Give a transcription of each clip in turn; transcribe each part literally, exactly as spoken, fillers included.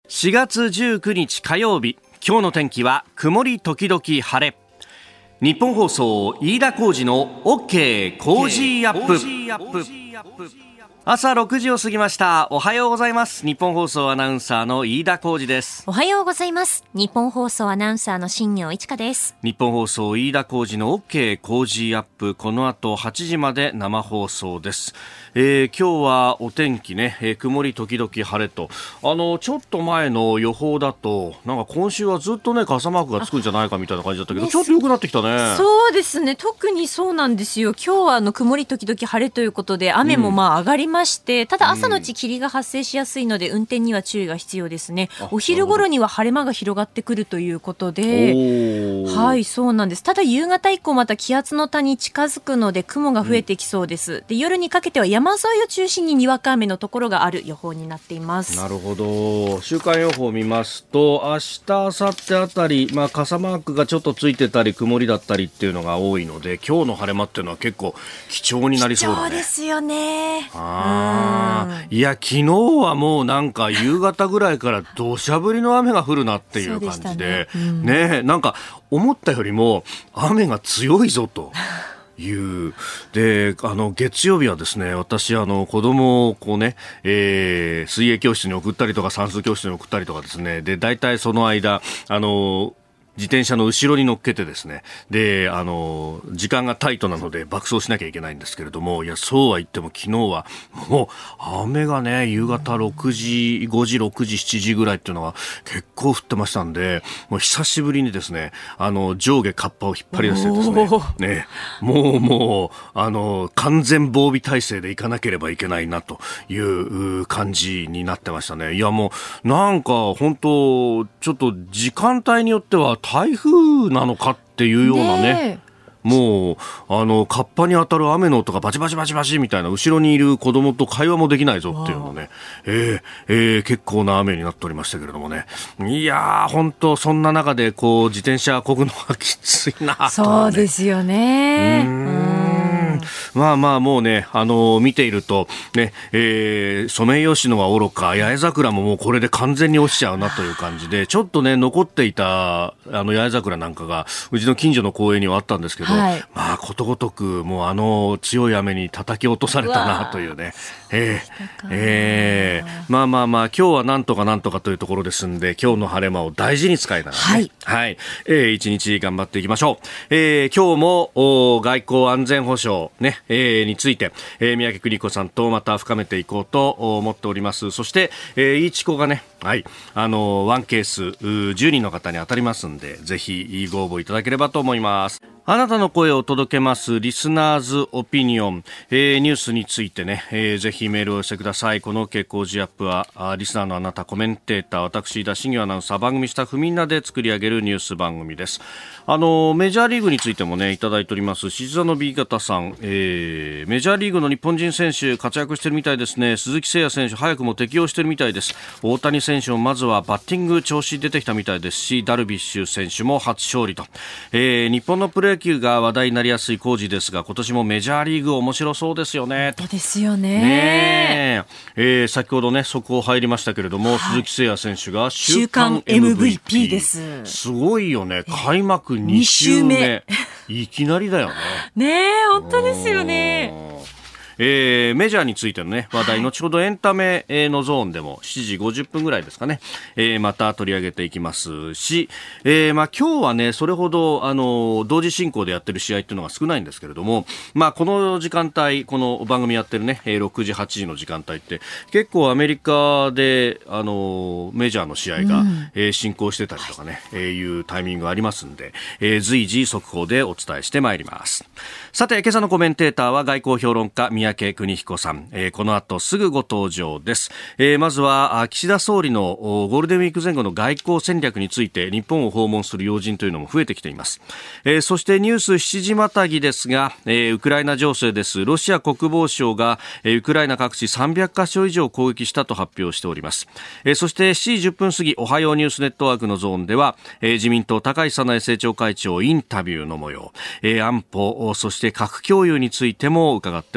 しがつじゅうくにち火曜日、今日の天気は曇り時々晴れ。日本放送飯田浩司の OK コージーアップ。朝ろくじを過ぎました。おはようございます。日本放送アナウンサーの飯田浩司です。 おはようございます。日本放送アナウンサーの新業一華です。 日本放送飯田浩司の OK コージーアップ、この後はちじまで生放送です。えー、今日はお天気ね、えー、曇り時々晴れと、あのちょっと前の予報だとなんか今週はずっとね傘マークがつくんじゃないかみたいな感じだったけど、ね、ちょっと良くなってきたね。 そうですね、特にそうなんですよ。今日はあの曇り時々晴れということで雨もまあ上がりまして、うん、ただ朝のうち霧が発生しやすいので運転には注意が必要ですね。お昼頃には晴れ間が広がってくるということで、はい、そうなんです。ただ夕方以降また気圧の谷に近づくので雲が増えてきそうです、うん、で夜にかけては山沿いを中心ににわか雨のところがある予報になっています。 なるほど。週間予報を見ますと、明日明後日あたり、まあ、傘マークがちょっとついてたり曇りだったりっていうのが多いので、今日の晴れ間っていうのは結構貴重になりそうだね。 貴重ですよね。 あー、いや昨日はもうなんか夕方ぐらいから土砂降りの雨が降るなっていう感じで、ね、うん、ね、なんか思ったよりも雨が強いぞというで、あの月曜日はですね、私あの子供をこうね、えー、水泳教室に送ったりとか算数教室に送ったりとかですね、で大体その間あの自転車の後ろに乗っけてですね、であの時間がタイトなので爆走しなきゃいけないんですけれども、いやそうは言っても昨日はもう雨がね、夕方ろくじごじろくじしちじぐらいっていうのが結構降ってましたんで、もう久しぶりにですね、あの上下カッパを引っ張り出してですね、ね、もうもうあの完全防備体制で行かなければいけないなという感じになってましたね。いやもうなんか本当ちょっと時間帯によっては台風なのかっていうような ね, ねもうあのカッパに当たる雨の音がバチバチバチバチみたいな、後ろにいる子供と会話もできないぞっていうのね、えーえー、結構な雨になっておりましたけれどもね。いやー本当そんな中でこう自転車漕ぐのはきついなと、ね、 そうですよね。うーん、 まあまあもうね、あのー、見ているとね、えー、ソメイヨシノはおろか八重桜ももうこれで完全に落ちちゃうなという感じで、ちょっとね残っていたあの八重桜なんかがうちの近所の公園にはあったんですけど、はい、まあことごとくもうあの強い雨に叩き落とされたなというね、えーえー、まあまあまあ今日はなんとかなんとかというところですんで、今日の晴れ間を大事に使いながらね、はいはい、えー、一日頑張っていきましょう。えー、今日も外交安全保障、ねえー、について、えー、宮家邦子さんとまた深めていこうと思っております。そして、えー、いちこがね、はい、あのワンケースじゅうにんの方に当たりますんで、ぜひご応募いただければと思います。あなたの声を届けますリスナーズオピニオン、えー、ニュースについてね、えー、ぜひメールを寄せください。この OK 工事アップはあリスナーのあなた、コメンテーター、私田新業アナウンサー、番組スタッフみんなで作り上げるニュース番組です。あのメジャーリーグについてもねいただいております。しずざの B 型さん、えー、メジャーリーグの日本人選手活躍してるみたいですね。鈴木誠也選手早くも適応してるみたいです。大谷選手もまずはバッティング調子出てきたみたいですし、ダルビッシュ選手も初勝利と、えー、日本のプロ野球が話題になりやすい工事ですが、今年もメジャーリーグ面白そうですよね。 そうですよ ね, ね、えー、先ほどね速報入りましたけれども、はい、鈴木誠也選手が週間エムブイピー です。 すごいよね。開幕に週目いきなりだよね。 ねえ、本当ですよね。 えー、メジャーについての、ね、話題、はい、後ほどエンタメのゾーンでもしちじごじゅっぷんぐらいですかね、えー、また取り上げていきますし、えーまあ、今日はねそれほどあの同時進行でやってる試合っていうのが少ないんですけれども、まあ、この時間帯この番組やってるねろくじはちじの時間帯って結構アメリカであのメジャーの試合が、うんえー、進行してたりとかね、はい、えー、いうタイミングがありますんで、えー、随時速報でお伝えしてまいります。さて今朝のコメンテーターは外交評論家宮家邦彦さん、えー、この後すぐご登場です。えー、まずは岸田総理のゴールデンウィーク前後の外交戦略について日本を訪問する要人というのも増えてきています。えー、そしてニュースしちじまたぎですが、えー、ウクライナ情勢です。ロシア国防省が、えー、ウクライナ各地さんびゃっかしょ以上攻撃したと発表しております。えー、そしてしちじじゅっぷん過ぎおはようニュースネットワークのゾーンでは、えー、自民党高市早苗政調会長インタビューの模様、えー、安保そして核共有についても伺っております。 。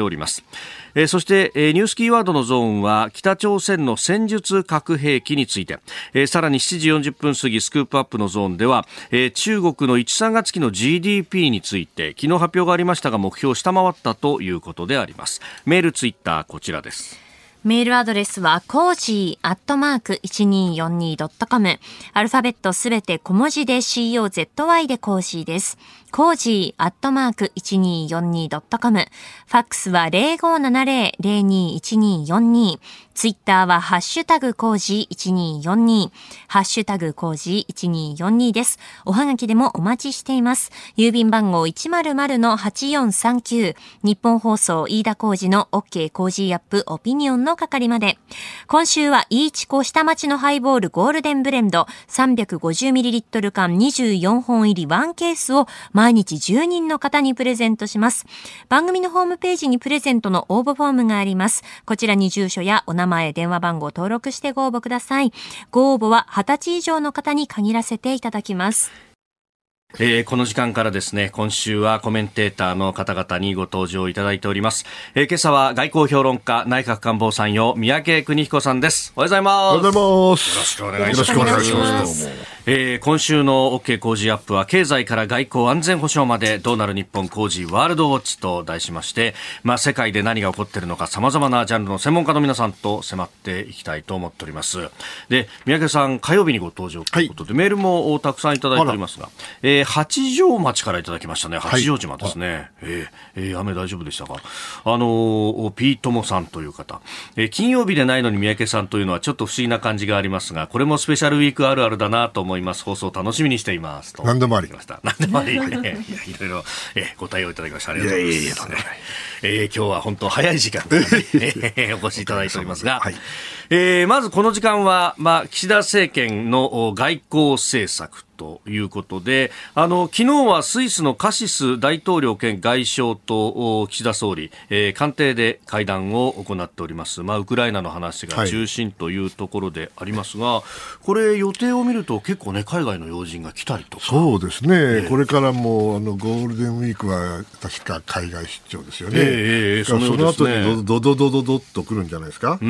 えー、そして、えー、ニュースキーワードのゾーンは北朝鮮の戦術核兵器について、えー、さらにしちじよんじゅっぷん過ぎスクープアップのゾーンでは、えー、中国のいち、さんがつ期の ジーディーピー について昨日発表がありましたが目標を下回ったということであります。メールツイッターこちらです。 メールアドレスはコージーアットマーク いちにーよんにードットコム、 アルファベットすべて小文字で コー でコージーです。コージーアットマーク いちにーよんにードットコム、 ファックスは ゼロごーななゼロ ゼロにーいちにーよんにー、ツイッターはハッシュタグコージーいちにーよんにー、ハッシュタグコージーいちにーよんにーです。おはがきでもお待ちしています。郵便番号 いちまるまるのはちよんさんきゅう、日本放送飯田浩司の OK コージーアップオピニオンの係まで。今週はイーチコ下町のハイボールゴールデンブレンド さんびゃくごじゅうミリリットル 缶にじゅうよんほん入りワンケースを毎日じゅうにんの方にプレゼントします。番組のホームページにプレゼントの応募フォームがあります。こちらに住所やお名前、電話番号を登録してご応募ください。ご応募ははたち以上の方に限らせていただきます。 えー、この時間からですね、今週はコメンテーターの方々にご登場いただいております。えー、今朝は外交評論家内閣官房参与三宅邦彦さんです。おはようございます。 おはようございます。 よろしくお願いします。よろしくお願いします。えー、今週の OK 工事アップは経済から外交安全保障までどうなる日本工事ワールドウォッチと題しまして、まあ、世界で何が起こっているのか様々なジャンルの専門家の皆さんと迫っていきたいと思っております。で、三宅さん火曜日にご登場ということで、はい、メールもたくさんいただいておりますが、えー、八丈町からいただきましたね。八丈島ですね、はい、えーえー、雨大丈夫でしたか。あのー、ピートモさんという方、えー、金曜日でないのに三宅さんというのはちょっと不思議な感じがありますが、これもスペシャルウィークあるあるだなと思います。放送楽しみにしていますと。 何でもありました。何でもあり、ね、いやいろいろ、えー、ご対応いただきました。ありがとうございます。いやいやいや、えー、今日は本当早い時間で、ね、お越しいただいておりますが、はい、えー、まずこの時間は、まあ、岸田政権の外交政策ということで、あの昨日はスイスのカシス大統領兼外相と岸田総理、えー、官邸で会談を行っております。まあ、ウクライナの話が中心というところでありますが、はい、これ予定を見ると結構ね、海外の要人が来たりとか。 そうですね、えー、これからもあのゴールデンウィークは確か海外出張ですよね、えー、その後にドドドドドッと来るんじゃないですか。うん、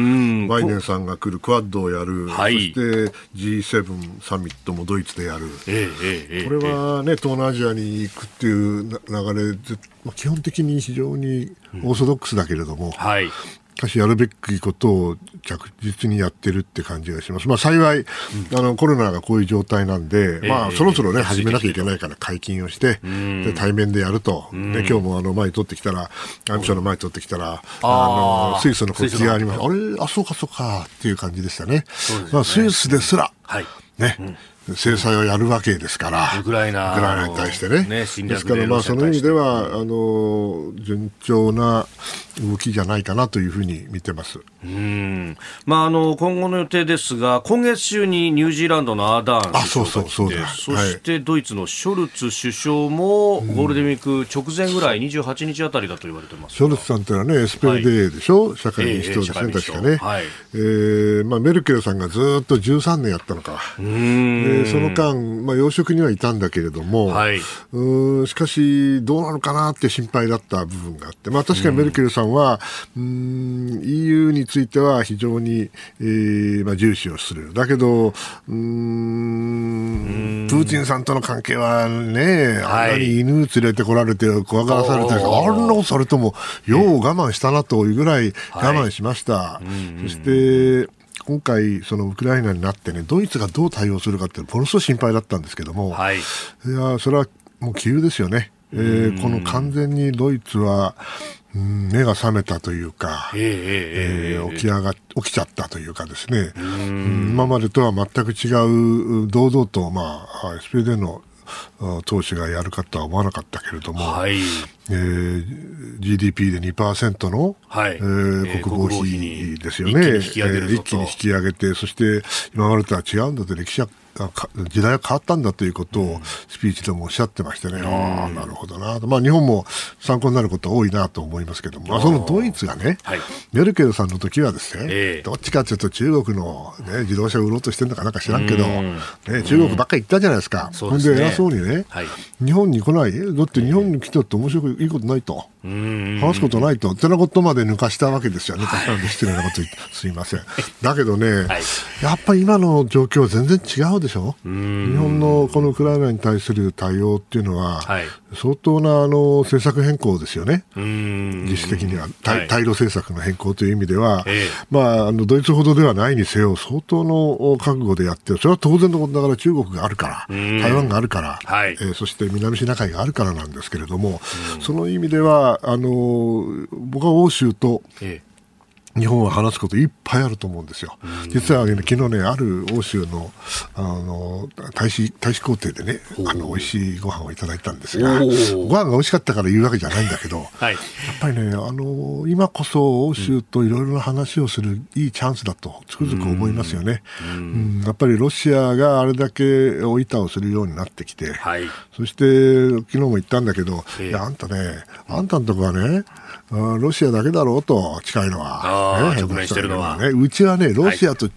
バイデンさんが来る、クアッドをやる、はい、そして ジーセブン サミットもドイツでやる、えーえー、これは、ね、東南アジアに行くっていう流れで、まあ、基本的に非常にオーソドックスだけれども、うん、はい、しかしやるべきことを着実にやってるって感じがします。まあ、幸い、うん、あのコロナがこういう状態なんで、えーまあ、そろそろ、ね、始めなきゃいけないから解禁をして、うん、で対面でやると、うん、で今日もあの前に取ってきたら、外務省の前に取ってきたら、あのスイスの国旗があります。あれ、あ、そうかそうかっていう感じでしたね。そうですね。まあ、スイスですら、はいね、うん制裁をやるわけですから、 ウクライナ、 ウクライナに対してね。ね、ですから、まあ、その意味では、あの、順調な動きじゃないかなというふうに見てます。 うん。まあ、あの、今後の予定ですが、今月中にニュージーランドのアーダーン首相が来て、そうそうそうだ、そしてドイツのショルツ首相もゴールデンウィーク直前ぐらい、にじゅうはちにちあたりだと言われてます。 ショルツさんってのはね、エスペーデー でしょ、はい、社会民主党ですね、えー、確かね。はい。えー、まあ、メルケルさんがずっとじゅうさんねんやったのか。うん。その間、まあ、要職にはいたんだけれども、はい、うしかしどうなのかなって心配だった部分があって、まあ、確かにメルケルさんは、うん、うーん イーユー については非常に、えーまあ、重視をする。だけどうーんプーチンさんとの関係はね、はい、あんなに犬連れてこられて怖がらされて、あんなことされてもよう我慢したなというぐらい我慢しました。はい、そして今回そのウクライナになってね、ドイツがどう対応するかってものすごい心配だったんですけども、はい、いやそれはもう杞憂ですよね。えー、この完全にドイツは、うん、目が覚めたというか、えーえーえー、起き上が起きちゃったというかですね、うん、今までとは全く違う堂々と、まあ、エスピーディー の党首がやるかとは思わなかったけれども、はい、えー、ジーディーピー で にパーセント の、はいえー、国防費ですよね、一気に引き上げるぞと、えー、一気に引き上げて、そして今までとは違うんだと、歴史は時代が変わったんだということをスピーチでもおっしゃってましてね、うん、ああなるほどなと、まあ、日本も参考になること多いなと思いますけども、まあ、そのドイツがね、はい、メルケルさんの時はですね、えー、どっちかというと中国の、ね、自動車を売ろうとしてるのかなんか知らんけど、うんね、中国ばっかり行ったじゃないですか。ほんで偉そうにね、はい、日本に来ない、だって日本に来たって面白くいいことないと。 話すことないと、ってなことまで抜かしたわけですよね。はい、失礼なこと言って、すいません。だけどね、はい、やっぱり今の状況は全然違うでしょ。日本のこのウクライナに対する対応っていうのは、はい、相当なあの政策変更ですよね。実質的には、対、はい、対ロ政策の変更という意味では、えー、まあ、あのドイツほどではないにせよ、相当の覚悟でやってる。それは当然のことだから、中国があるから、台湾があるから、はい、えー、そして南シナ海があるからなんですけれども、その意味では、あの僕は欧州と、ええ、日本は話すこといっぱいあると思うんですよ。実は、ね、昨日ね、ある欧州の、あの大使、大使公邸でね、あの美味しいご飯をいただいたんですが、ご飯が美味しかったから言うわけじゃないんだけど、はい、やっぱりね、あの今こそ欧州といろいろな話をするいいチャンスだとつくづく思いますよね。うん、やっぱりロシアがあれだけおいたをするようになってきて、はい、そして昨日も言ったんだけど、いやあんたね、あんたのとこはね、ロシアだけだろうと近いのは、 ね、直面してるのは、 ね、うちはねロシアと、はい、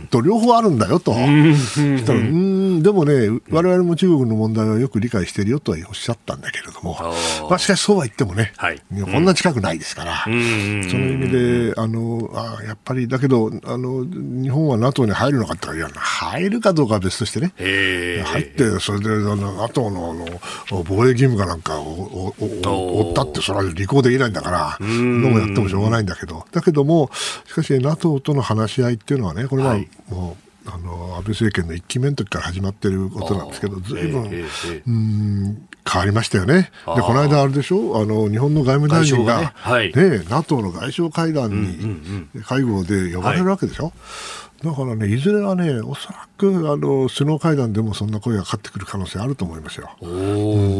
と両方あるんだよと、うんしたらうんでもね我々も中国の問題はよく理解してるよとはおっしゃったんだけれども、まあ、しかしそうは言ってもね、はい、こんな近くないですから、うん、その意味であのあやっぱりだけどあの日本は ナトー に入るのかって言ったらいや入るかどうかは別としてね、入ってそれであの ナトー の, あの防衛義務かなんかを負ったってそれは履行できないんだからどうもやってもしょうがないんだけどだけどもしかし ナトー との話し合いっていうのはねこれは、はい、もうあの安倍政権のいっきめの時から始まっていることなんですけどずいぶん、えーえー、うん変わりましたよね。でこの間あれでしょあの日本の外務大臣が、ねはいね、ナトー の外相会談に、うんうん、会合で呼ばれるわけでしょ、はいだからね、いずれはね、おそらくあの首脳会談でもそんな声がかかってくる可能性あると思いますよ。うん、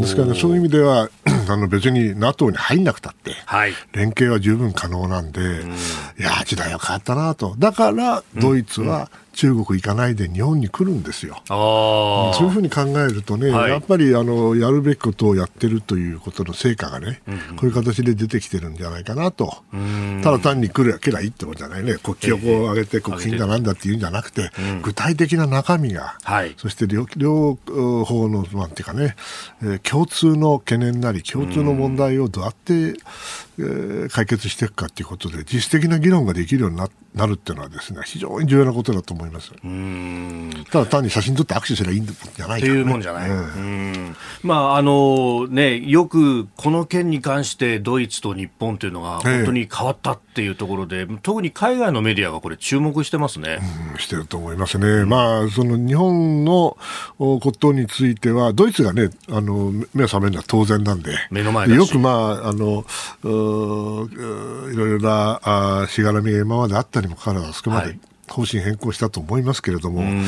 ですからね、そういう意味ではあの別に ナトー に入んなくたって、はい、連携は十分可能なんで、うん、いや時代は変わったなと。だからドイツは中国行かないで日本に来るんですよ。うん、そういうふうに考えるとね、はい、やっぱりあのやるべきことをやってるということの成果がね、うんうん、こういう形で出てきてるんじゃないかなと。ただ単に来るやけりゃいいってことじゃないね。国旗をこう上げて国賓だなんだっていうんじゃなくて、うん、具体的な中身が、はい、そして両、両方のなんていうかね、えー、共通の懸念なり共通の問題をどうやって、うんえー、解決していくかということで実質的な議論ができるように な, なるっていうのはですね非常に重要なことだと思います。うーんただ単に写真撮って握手すればいいんじゃないか、ね、 というもんじゃない、うん、うんまああのねよくこの件に関してドイツと日本というのが本当に変わったっていうところで、えー、特に海外のメディアがこれ注目してますね。 うんしてると思いますね。うん、まあその日本のことについてはドイツがねあの目を覚めるのは当然なんで目の前だしよくまああのいろいろなあしがらみが今まであったにもかかわらずあそこまで方針変更したと思いますけれども、はい、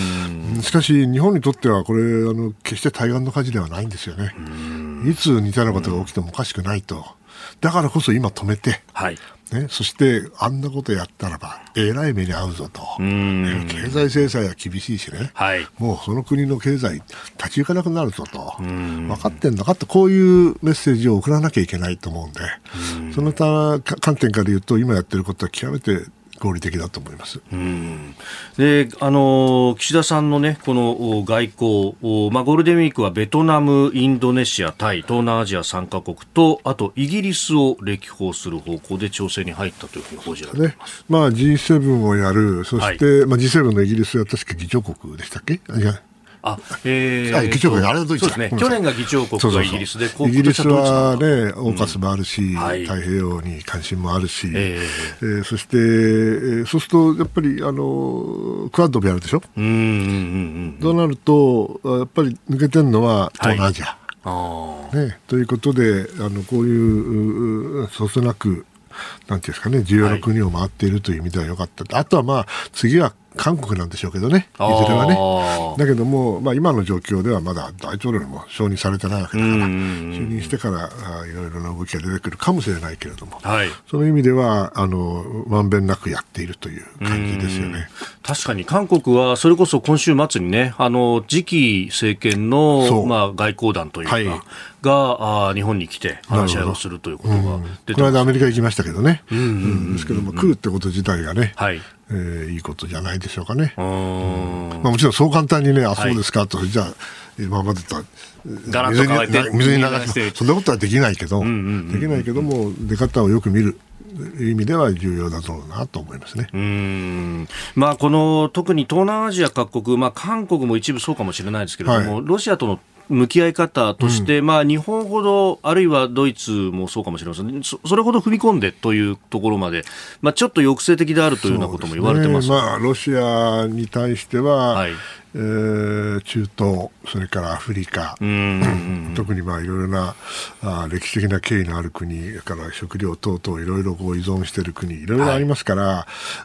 しかし日本にとってはこれあの決して対岸の火事ではないんですよね。いつ似たようなことが起きてもおかしくないと。だからこそ今止めて、はいね、そしてあんなことやったらばえらい目に遭うぞと、ね、経済制裁は厳しいしね、はい、もうその国の経済立ち行かなくなるぞと分かってんだかってこういうメッセージを送らなきゃいけないと思うんで、うんその他観点から言うと今やってることは極めて合理的だと思います。 うんであの岸田さんの、ね、この外交、まあ、ゴールデンウィークはベトナム、インドネシア、タイ、東南アジアさんカ国とあとイギリスを歴訪する方向で調整に入ったというふうに報じられています、 ねまあ、ジーセブン をやるそして、はいまあ、ジーセブン のイギリスは確か議長国でしたっけいやあえー、 議長国あれはドイツだそうですね、去年が議長国がイギリスでそうそうそうイギリスはねオーカスもあるし、うんはい、太平洋に関心もあるし、えーえー、そして、えー、そうするとやっぱりあのクアッドもやるでしょうんうんうんうんとなるとやっぱり抜けてるのは東南アジア、はいね、ということであのこういうそつなくなんていうんですかね重要な国を回っているという意味では良かった、はい、あとはまあ次は韓国なんでしょうけどね、いずれはね。だけども、まあ、今の状況ではまだ大統領も承認されてないわけだから、就任してからあいろいろな動きが出てくるかもしれないけれども、はい、その意味ではあのまんべんなくやっているという感じですよね。 確かに韓国はそれこそ今週末にね、あの次期政権の、まあ、外交団というか、はいがあ日本に来て話し合いをするということが出てます、 うん、この間アメリカ行きましたけどね、うんうんうんうん、ですけども来るってこと自体がね、はいええー、いいことじゃないでしょうかね。うん、まあ、もちろんそう簡単にね、あ、そうですかと、はい、じゃあ今までとはガラッと変えて水に流してそんなことはできないけど、うんうんうんうん、できないけども出方をよく見る意味では重要だろうなと思いますね。 うーん、まあ、この特に東南アジア各国、まあ、韓国も一部そうかもしれないですけれども、はい、ロシアとの向き合い方として、うん、まあ、日本ほどあるいはドイツもそうかもしれません。 そ, それほど踏み込んでというところまで、まあ、ちょっと抑制的であるというようなことも言われてます。 そうですね、まあ、ロシアに対しては、はい、えー、中東、それからアフリカ、うんうんうん、特にまあいろいろなあ歴史的な経緯のある国から食料等々いろいろこう依存している国いろいろありますから、はい、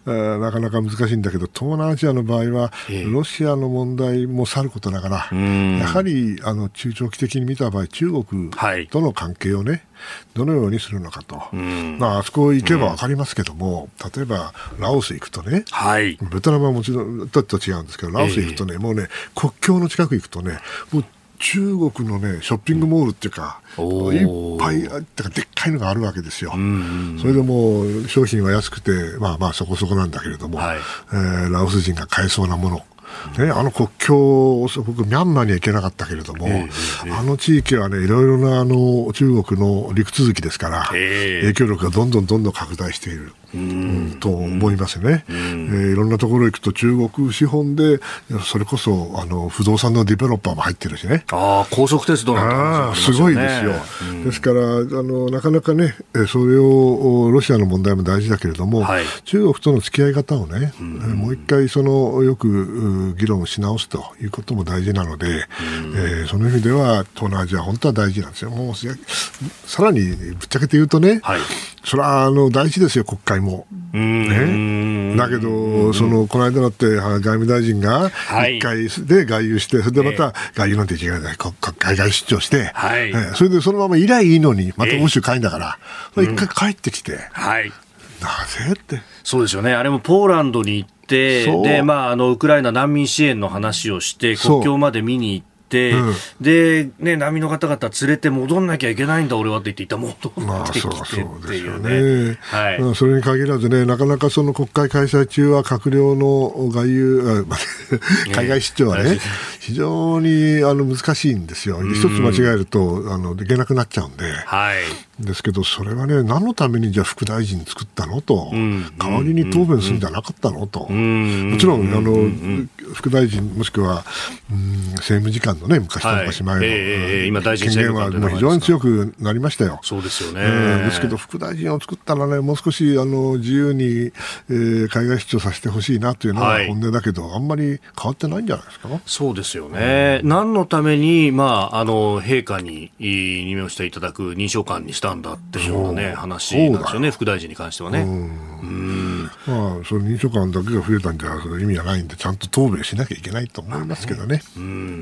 なかなか難しいんだけど、東南アジアの場合はロシアの問題もさることながら、えー、やはりあの中長期的に見た場合中国との関係をね、どのようにするのかと、うん、まあ、あそこ行けば分かりますけども、うん、例えばラオス行くとね、はい、ベトナムはもちろんちょっと違うんですけど、ラオス行くとね、えー、もうね国境の近く行くとね、もう中国のねショッピングモールっていうか、うん、いっぱいあってかでっかいのがあるわけですよ、うん、それでもう商品は安くてまあまあそこそこなんだけれども、はい、えー、ラオス人が買えそうなものね、あの国境、僕ミャンマーには行けなかったけれども、えーえー、あの地域はねいろいろなあの中国の陸続きですから、えー、影響力がどんどんどんどん拡大している、うん、と思いますね、うんえー、いろんなところ行くと中国資本でそれこそあの不動産のディベロッパーも入ってるしね、 あ高速鉄道なんて、 ね、すごいですよ、うん、ですからあのなかなかねそれをロシアの問題も大事だけれども、はい、中国との付き合い方をね、うん、もう一回そのよく議論し直すということも大事なので、うんえー、その意味では東南アジア本当は大事なんですよ。もうさらにぶっちゃけて言うとね、はい、それはあの大事ですよ国会も、ね、だけどそのこの間だって外務大臣がいっかいで外遊して、それでまた外遊なんて違うない海外出張して、はい、えー、それでそのままいりゃいいのにまた欧州帰んだからいっかい帰ってきて、うんはい、なぜってそうですよね。あれもポーランドに行ってで、まあ、あのウクライナ難民支援の話をして国境まで見に行ってうん、で、ね、難民の方々連れて戻んなきゃいけないんだ俺はって言っていた戻ってきてっていうね、はい、 まあ、それに限らずね、なかなかその国会開催中は閣僚の外遊海外出張はね、ね非常にあの難しいんですよ。一つ間違えるとあのできなくなっちゃうんで、はい、ですけどそれはね何のためにじゃあ副大臣作ったのと、うん、代わりに答弁するんじゃなかったのと、うん、もちろんあの、うん、副大臣もしくは、うん、政務次官のね昔と昔前の、はいえー、今大臣権限はもう非常に強くなりましたよ。 そうですよね、 えー、ですけど副大臣を作ったらねもう少しあの自由に、えー、海外出張させてほしいなというのは本音だけど、はい、あんまり変わってないんじゃないですか。 そうですよね、うん、何のために、まあ、あの陛下に任命していただく認証官にしたんだっていうような、ね、話なんですよね、副大臣に関してはね。うんうんまあ、それ認証官だけが増えたんじゃそれ意味はないんでちゃんと答弁しなきゃいけないと思いますけどね。 うん、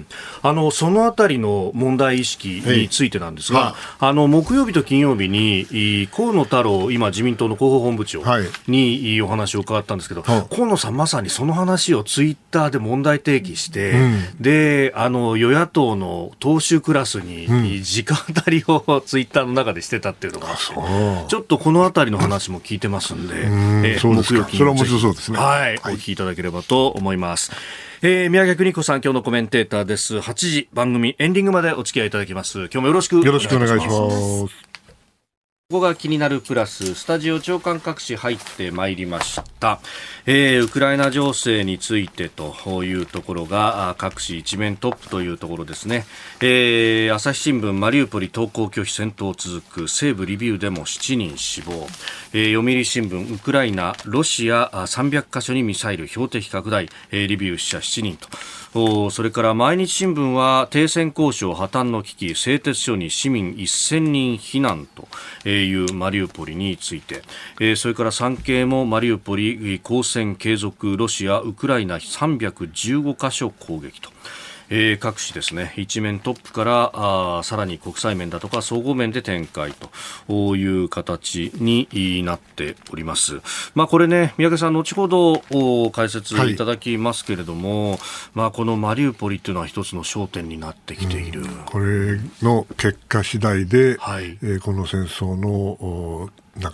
あのそのあたりの問題意識についてなんですが、あの木曜日と金曜日に河野太郎今自民党の広報本部長にお話を伺ったんですけど、はい、河野さんまさにその話をツイッターで問題提起して、うん、であの与野党の党首クラスに直当たりをツイッターの中でしてたっていうのがあって、うん、ちょっとこのあたりの話も聞いてますんで、うん、 えー、木曜金曜日それは面白そうですね。 はい、はい、お聞きいただければと思います。えー、宮家邦子さん今日のコメンテーターです。はちじ番組エンディングまでお付き合いいただきます。今日もよろしくよろしくお願いします。 ここが気になるプラススタジオ長官各紙入ってまいりました、えー、ウクライナ情勢についてというところが各紙一面トップというところですね、えー、朝日新聞マリウポリ投降拒否戦闘続く西部リビウでもしちにん死亡、えー、読売新聞ウクライナロシアさんびゃくかしょにミサイル標的拡大、えー、リビウ死者しちにんと、それから毎日新聞は停戦交渉破綻の危機製鉄所に市民せんにん避難というマリウポリについて、それから産経もマリウポリ抗戦継続ロシアウクライナさんびゃくじゅうごかしょ攻撃と、えー、各紙ですね一面トップからあさらに国際面だとか総合面で展開という形になっております。まあ、これね宮家さん後ほど解説いただきますけれども、はい、まあ、このマリウポリというのは一つの焦点になってきている、うん、 これの結果次第で、はい、えー、この戦争の長さ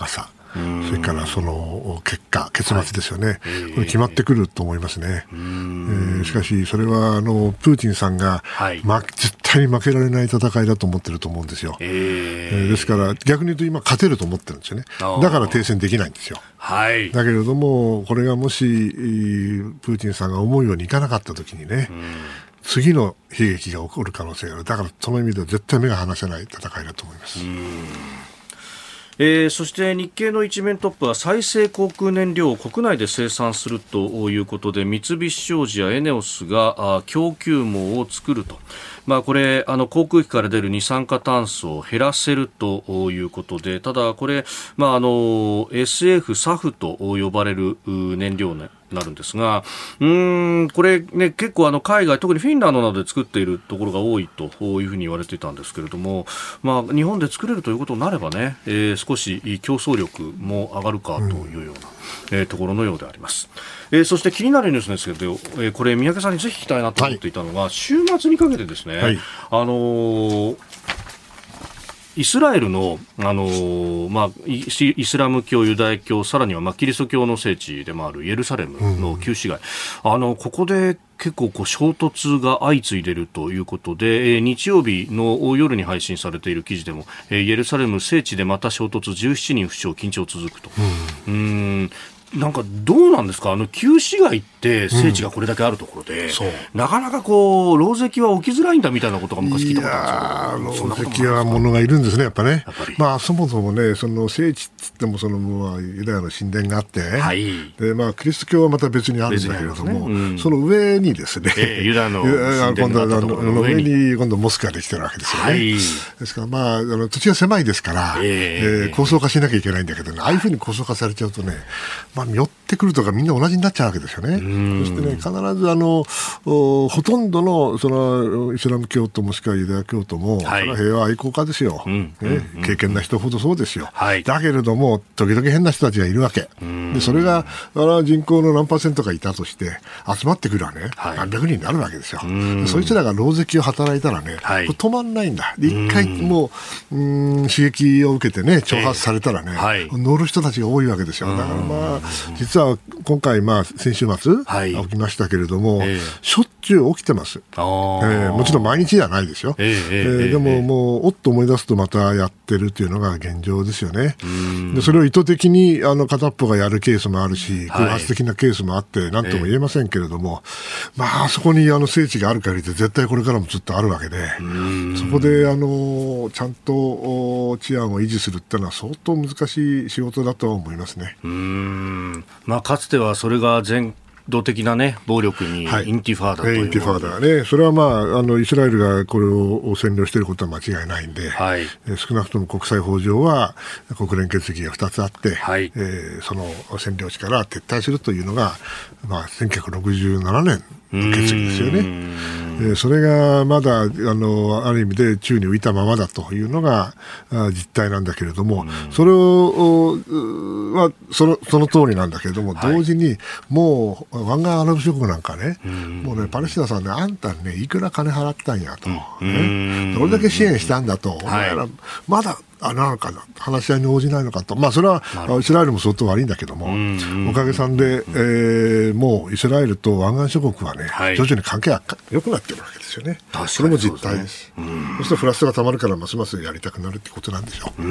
それからその結果、結末ですよね、はい、これ決まってくると思いますね。えー、しかし、それはあのプーチンさんが、はい、ま、絶対に負けられない戦いだと思ってると思うんですよ。えー、ですから逆に言うと今勝てると思ってるんですよね。だから停戦できないんですよ。はい、だけれどもこれがもしプーチンさんが思うようにいかなかったときにね、次の悲劇が起こる可能性がある。だからその意味では絶対目が離せない戦いだと思います。 うん、えー、そして日経の一面トップは再生航空燃料を国内で生産するということで、三菱商事やエネオスが供給網を作ると。まあ、これあの航空機から出る二酸化炭素を減らせるということで、ただこれ、まあ、あの エスエフ、サフ と呼ばれる燃料になるんですが、うーんこれ、ね、結構あの海外、特にフィンランドなどで作っているところが多いというふうに言われていたんですけれども、まあ、日本で作れるということになればね、えー、少し競争力も上がるかというような、うんえー、ところのようであります。えー、そして気になるニュースですけど、えー、これ三宅さんにぜひ聞きたいなと思っていたのが、はい、週末にかけてですね、はい、あのーイスラエルの、あのーまあ、イスラム教、ユダヤ教、さらには、まあ、キリスト教の聖地でもあるイエルサレムの旧市街、うん、あのここで結構こう衝突が相次いでいるということで、えー、日曜日の夜に配信されている記事でも、えー、イエルサレム聖地でまた衝突、じゅうななにん負傷、緊張続くと。うん、うーんなんかどうなんですか、あの旧市街って聖地がこれだけあるところで、うん、なかなかこう漏石は起きづらいんだみたいなことが昔聞いたことあるんですけど、 漏石はものがいるんですね、やっぱね。やっぱり、まあ、そもそもね、その聖地って言ってもその、まあ、ユダヤの神殿があって、はい、でまあ、キリスト教はままた別にあるんだけれども、ねうん、その上にですね、えー、 ユダヤの神殿があったところの上に、上に今度モスクができてるわけですよね。はい、ですから、まあ、あの土地が狭いですから、えーえー、高層化しなきゃいけないんだけどね、ああいうふうに高層化されちゃうとね、まあ、寄ってくるとかみんな同じになっちゃうわけですよね。そしてね、必ずあのほとんどのそのイスラム教徒もしくはユダヤ教徒も、はい、平和愛好家ですよ、うんねうん、経験な人ほどそうですよ、はい、だけれども時々変な人たちがいるわけで、それがあの人口の何パーセントかいたとして集まってくるわね、はい、何百人になるわけですよ。そいつらが狼藉を働いたらね、はい、これ止まんないんだ。一回もう、うん刺激を受けてね挑発されたらね、えーはい、乗る人たちが多いわけですよ。だからまあ実は今回、まあ、先週末、はい、起きましたけれども、えー、しょっちゅう起きてます。あ、えー、もちろん毎日じゃないですよ。えーえーえー、でも、もうおっと思い出すとまたやってるというのが現状ですよね。でそれを意図的にあの片っぽがやるケースもあるし、偶発的なケースもあって何とも言えませんけれども、えー、まあそこにあの聖地がある限りで絶対これからもずっとあるわけで、そこであのちゃんと治安を維持するっていうのは相当難しい仕事だとは思いますね。 うーん、まあ、かつてはそれが全土的な、ね、暴力にインティファーダという、はい、インティファーダ、ね、それは、まあ、あのイスラエルがこれを占領していることは間違いないんで、はい、少なくとも国際法上は国連決議がふたつあって、はい、えー、その占領地から撤退するというのが、まあ、せんきゅうひゃくろくじゅうななねんの決議ですよね。えー、それがまだあのある意味で宙に浮いたままだというのが実態なんだけれども、それをはそのその通りなんだけれども、同時にもう湾岸アラブ諸国なんかね、もうねパレスチナさんね、あんたにねいくら金払ったんやと、ね、どれだけ支援したんだと、はい、まだあなんか話し合いに応じないのかと、まあ、それはイスラエルも相当悪いんだけども、おかげさんで、えー、もうイスラエルと湾岸諸国はね、はい、徐々に関係が良くなってるわけですよね。それも実態です。そしてフラストがたまるからますますやりたくなるってことなんでしょう。うん、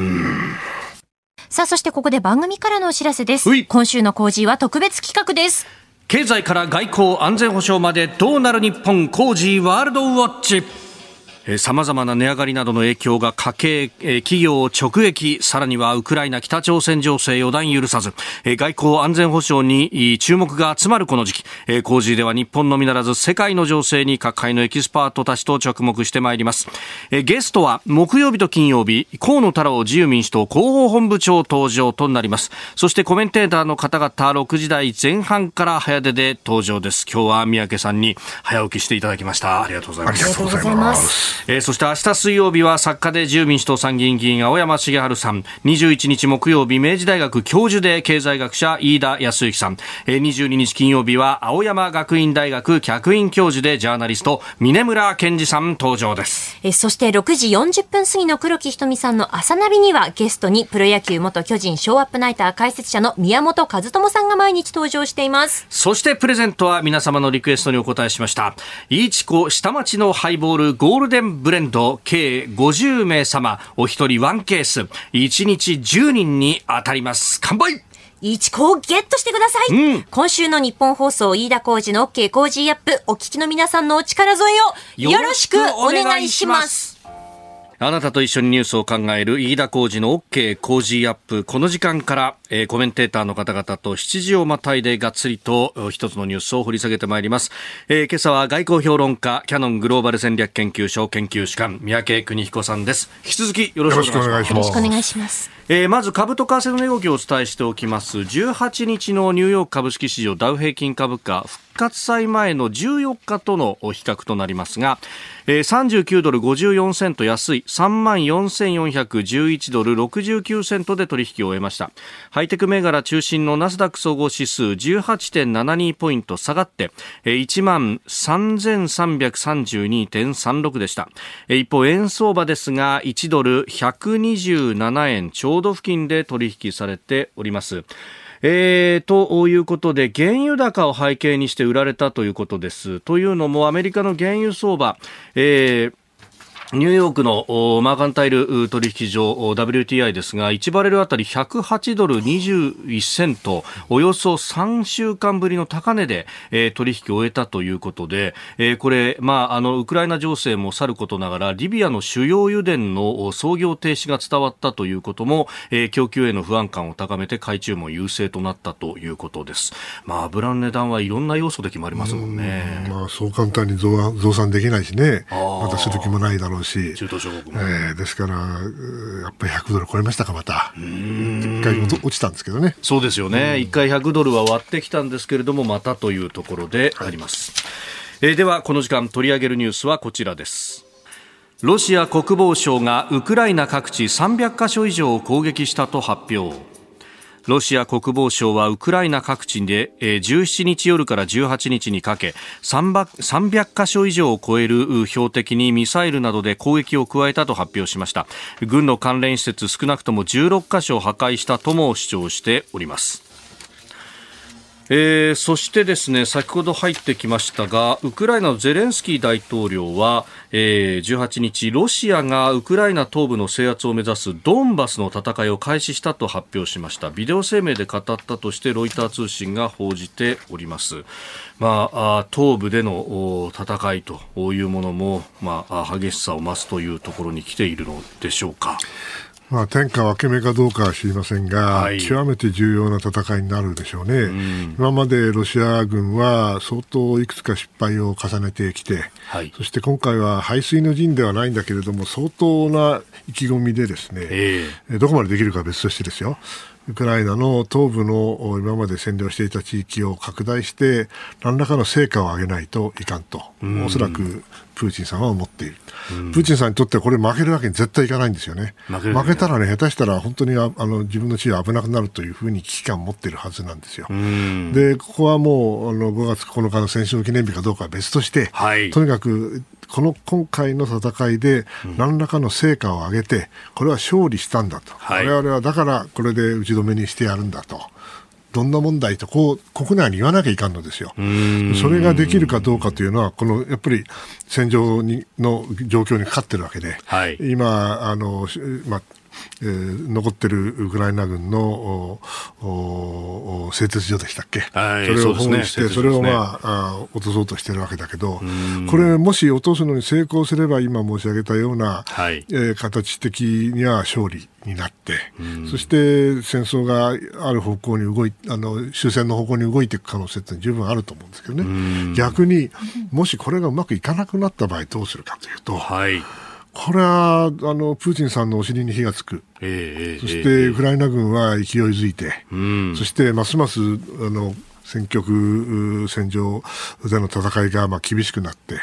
さあ、そしてここで番組からのお知らせです。今週のコージーは特別企画です。 経済から外交安全保障までどうなる日本、コージーワールドウォッチ。さまざまな値上がりなどの影響が家計、企業を直撃、さらにはウクライナ北朝鮮情勢予断許さず、外交安全保障に注目が集まるこの時期、コージーでは日本のみならず世界の情勢に各界のエキスパートたちと着目してまいります。ゲストは木曜日と金曜日、河野太郎自由民主党広報本部長登場となります。そしてコメンテーターの方々ろくじ台前半から早出で登場です。今日は三宅さんに早起きしていただきました。ありがとうございます。 ありがとうございます。 えー、そして明日水曜日は作家で自由民主党参議院議員青山茂春さん、にじゅういちにち木曜日明治大学教授で経済学者飯田康之さん、えー、にじゅうににち金曜日は青山学院大学客員教授でジャーナリスト峯村健二さん登場です。 えー、そしてろくじよんじゅっぷん過ぎの黒木瞳さんの朝ナビにはゲストにプロ野球元巨人ショーアップナイター解説者の宮本和智さんが毎日登場しています。 そしてプレゼントは皆様のリクエストにお答えしましたいいちこ下町のハイボールゴールデンブレンド計ごじゅうめい様お一人ワンケースいちにちじゅうにんに当たります。乾杯。 いいちこをゲットしてください、うん、今週の日本放送飯田浩司の OK 工事アップお聞きの皆さんのお力添えをよろしくお願いします。 あなたと一緒にニュースを考える飯田浩司の OK 工事アップ。この時間から、えー、コメンテーターの方々としちじをまたいでがっつりと一つのニュースを掘り下げてまいります。えー、今朝は外交評論家キヤノングローバル戦略研究所研究主幹三宅邦彦さんです。引き続きよろしくお願いします。 よろしくお願いします。 えー、まず株と為替の値動きをお伝えしておきます。じゅうはちにちのニューヨーク株式市場ダウ平均株価復活祭前のじゅうよっかとの比較となりますが、えー、さんじゅうきゅうドルごじゅうよんセント安い さんまんよんせんよんひゃくじゅういちドルろくじゅうきゅうセントで取引を終えました。ハイテク銘柄中心のナスダック総合指数 じゅうはちてんななに ポイント下がって、えー、いちまんさんぜんさんびゃくさんじゅうにてんさんろく でした。えー、一方円相場ですがいちドルひゃくにじゅうななえんちょうど付近で取引されております。えー、ということで原油高を背景にして売られたということです。というのもアメリカの原油相場、えーニューヨークのマーカンタイル取引所 ダブリューティーアイ ですがいちバレルあたりひゃくはちドルにじゅういちセントおよそさんしゅうかんぶりの高値で、えー、取引を終えたということで、えー、これ、まあ、あのウクライナ情勢もさることながらリビアの主要油田の操業停止が伝わったということも、えー、供給への不安感を高めて買い注文優勢となったということです。まあ、油の値段はいろんな要素で決まりますもんね。 うん、まあ、そう簡単に 増, 増産できないしねまたする気もないだろうし中東諸国も、 えー、ですからやっぱりひゃくドル超えましたか。また一回落ちたんですけどね。 そうですよね。一回ひゃくドルは割ってきたんですけれどもまたというところであります、はいえー、ではこの時間取り上げるニュースはこちらです。ロシア国防省がウクライナ各地さんびゃっかしょ以上を攻撃したと発表。ロシア国防省はウクライナ各地でじゅうしちにち夜からじゅうはちにちにかけさんびゃっかしょ以上を超える標的にミサイルなどで攻撃を加えたと発表しました。軍の関連施設少なくともじゅうろっかしょを破壊したとも主張しております。えー、そしてですね先ほど入ってきましたがウクライナのゼレンスキー大統領は、えー、じゅうはちにちロシアがウクライナ東部の制圧を目指すドンバスの戦いを開始したと発表しました。ビデオ声明で語ったとしてロイター通信が報じております。まあ、東部での戦いというものも、まあ、激しさを増すというところに来ているのでしょうか。 まあ、天下分け目かどうかは知りませんが、はい、極めて重要な戦いになるでしょうね。うん、今までロシア軍は相当いくつか失敗を重ねてきて、はい、そして今回は背水の陣ではないんだけれども相当な意気込みでですね、えー、どこまでできるかは別としてですよウクライナの東部の今まで占領していた地域を拡大して何らかの成果を上げないといかんと、おそらくプーチンさんは思っている。プーチンさんにとってはこれ負けるわけに絶対いかないんですよね。負け、ね、負けたらね下手したら本当にああの自分の地位は危なくなるというふうに危機感を持っているはずなんですよ。でここはもうあのごがつここのかの戦勝記念日かどうかは別として、はい、とにかくこの今回の戦いで何らかの成果を上げてこれは勝利したんだと、はい、我々はだからこれで打ち止めにしてやるんだとどんな問題とこう国内に言わなきゃいかんのですよ。それができるかどうかというのはこのやっぱり戦場にの状況にかかってるわけで、はい、今あの、まえー、残ってるウクライナ軍の製鉄所でしたっけ、はい、それを包囲して、ね、それを、まあ、あ落とそうとしてるわけだけどこれもし落とすのに成功すれば今申し上げたような、はいえー、形的には勝利になって、そして戦争がある方向に動いあの終戦の方向に動いていく可能性って十分あると思うんですけどね。逆にもしこれがうまくいかなくなった場合どうするかというと、はいこれはあのプーチンさんのお尻に火がつく、えー、そしてウクライナ軍は勢いづいて、えー、そしてますますあの戦局戦場での戦いがまあ厳しくなって、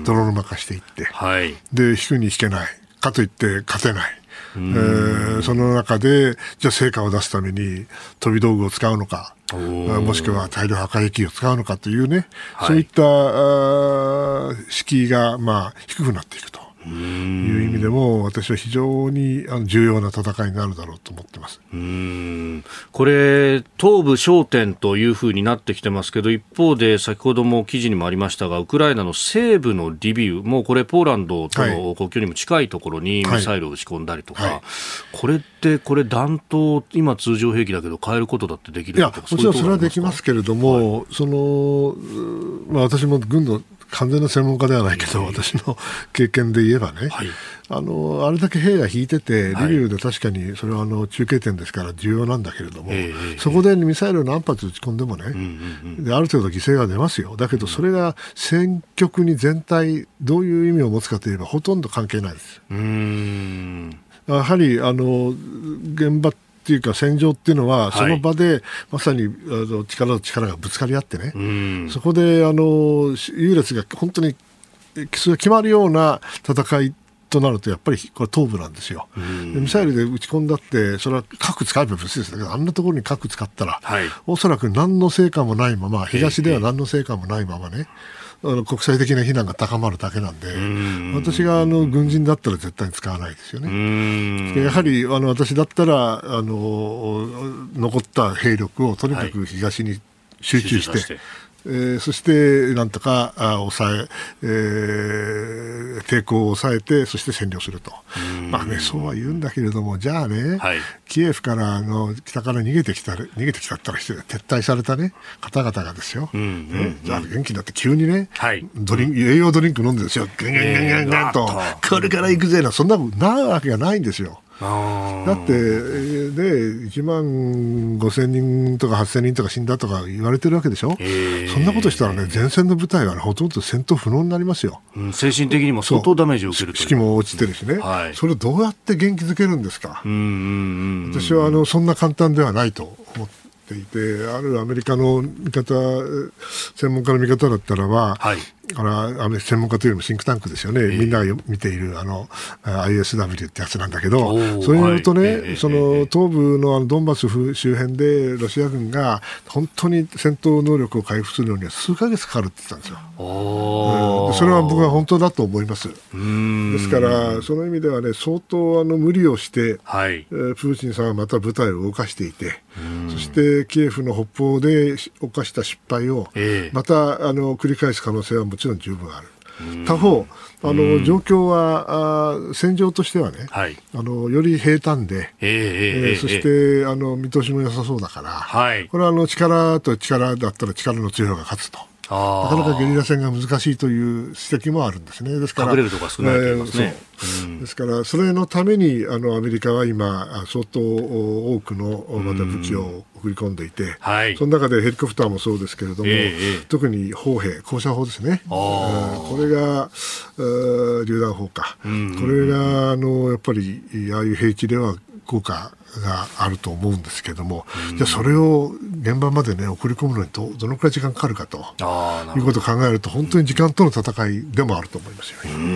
泥沼化していって、 はい、 で引くに引けないかといって勝てない、えー、その中でじゃあ成果を出すために飛び道具を使うのか、もしくは大量破壊兵器を使うのかというね、はい、そういった敷居がまあ低くなっていくという意味でも、私は非常に重要な戦いになるだろうと思ってます。 うーん、これ東部焦点というふうになってきてますけど、一方で先ほども記事にもありましたが、ウクライナの西部のリビウ、もうこれポーランドとの国境にも近いところにミサイルを撃ち込んだりとか、はいはい、これってこれ弾頭今通常兵器だけど変えることだってできるのか。 いや、もちろんそれはできますけれども、はい、そのまあ、私も軍の完全な専門家ではないけど、私の経験で言えばね、はい、あのあれだけ兵が引いてて、リビウで確かにそれはあの中継点ですから重要なんだけれども、はい、そこでミサイルを何発撃ち込んでもね、うんうんうん、である程度犠牲が出ますよ。だけどそれが戦局に全体どういう意味を持つかといえばほとんど関係ないです。 うーん、 やはりあの現場っていうか戦場っていうのは、その場でまさにあの力と力がぶつかり合ってね、うん、そこであの優劣が本当にそれ決まるような戦いとなると、やっぱりこれ東部なんですよ。でミサイルで撃ち込んだって、それは核使えば別ですけど、あんなところに核使ったら、はい、おそらく何の成果もないまま、東では何の成果もないままね、あの国際的な非難が高まるだけなんで、ん私があの軍人だったら絶対に使わないですよね。うんやはりあの私だったらあの残った兵力をとにかく東に集中して、はい、えー、そしてなんとかあ抑ええー、抵抗を抑えて、そして占領すると、まあね、そうは言うんだけれども、じゃあね、はい、キエフからあの北から逃げてきた逃げてきたったら撤退された、ね、方々がですよ、うんうんうん、ね、じゃあ元気になって急にね、はい、ドリン栄養ドリンク飲んでですよ、ガンガンガンガンガンと、これから行くぜな、そんなことないわけがないんですよ。だってでいちまんごせんにんとかはっせんにんとか死んだとか言われてるわけでしょ。そんなことしたらね、前線の部隊は、ね、ほとんど戦闘不能になりますよ、 うん、精神的にも相当ダメージを受けるという、 士気も落ちてるしね、はい、それをどうやって元気づけるんですか。うんうんうんうん、私はあのそんな簡単ではないと思っていて、あるアメリカの見方、専門家の見方だったらば、はい、あら専門家というよりもシンクタンクですよね、えー、みんなが見ているあの アイエスダブリュー ってやつなんだけど、それによるとね、はい、えー、その東部 の, あのドンバス周辺でロシア軍が本当に戦闘能力を回復するのには数ヶ月かかるって言ってたんですよ。うん、それは僕は本当だと思います。うんですからその意味ではね、相当あの無理をして、はい、えー、プーチンさんはまた部隊を動かしていて、そしてキエフの北方で犯した失敗をまたあの繰り返す可能性はもちろん十分ある。他方あの状況はあ戦場としてはね、はい、あのより平坦で、えーえー、そしてあの見通しも良さそうだから、はい、これはあの力と力だったら力の強い方が勝つと。なかなかゲリラ戦が難しいという指摘もあるんですね。ですから隠れるところが少ないと言いますね。 えーうん、ですからそれのためにあのアメリカは今相当多くのまた武器を送り込んでいて、はい、その中でヘリコプターもそうですけれども、えー、特に砲兵、高射砲ですね、これが榴弾砲か、うんうんうん、これがあのやっぱりああいう兵器では効果があると思うんですけども、うん、じゃあそれを現場まで、ね、送り込むのに ど, どのくらい時間かかるかということを考えると、本当に時間との戦いでもあると思いますよね。うん、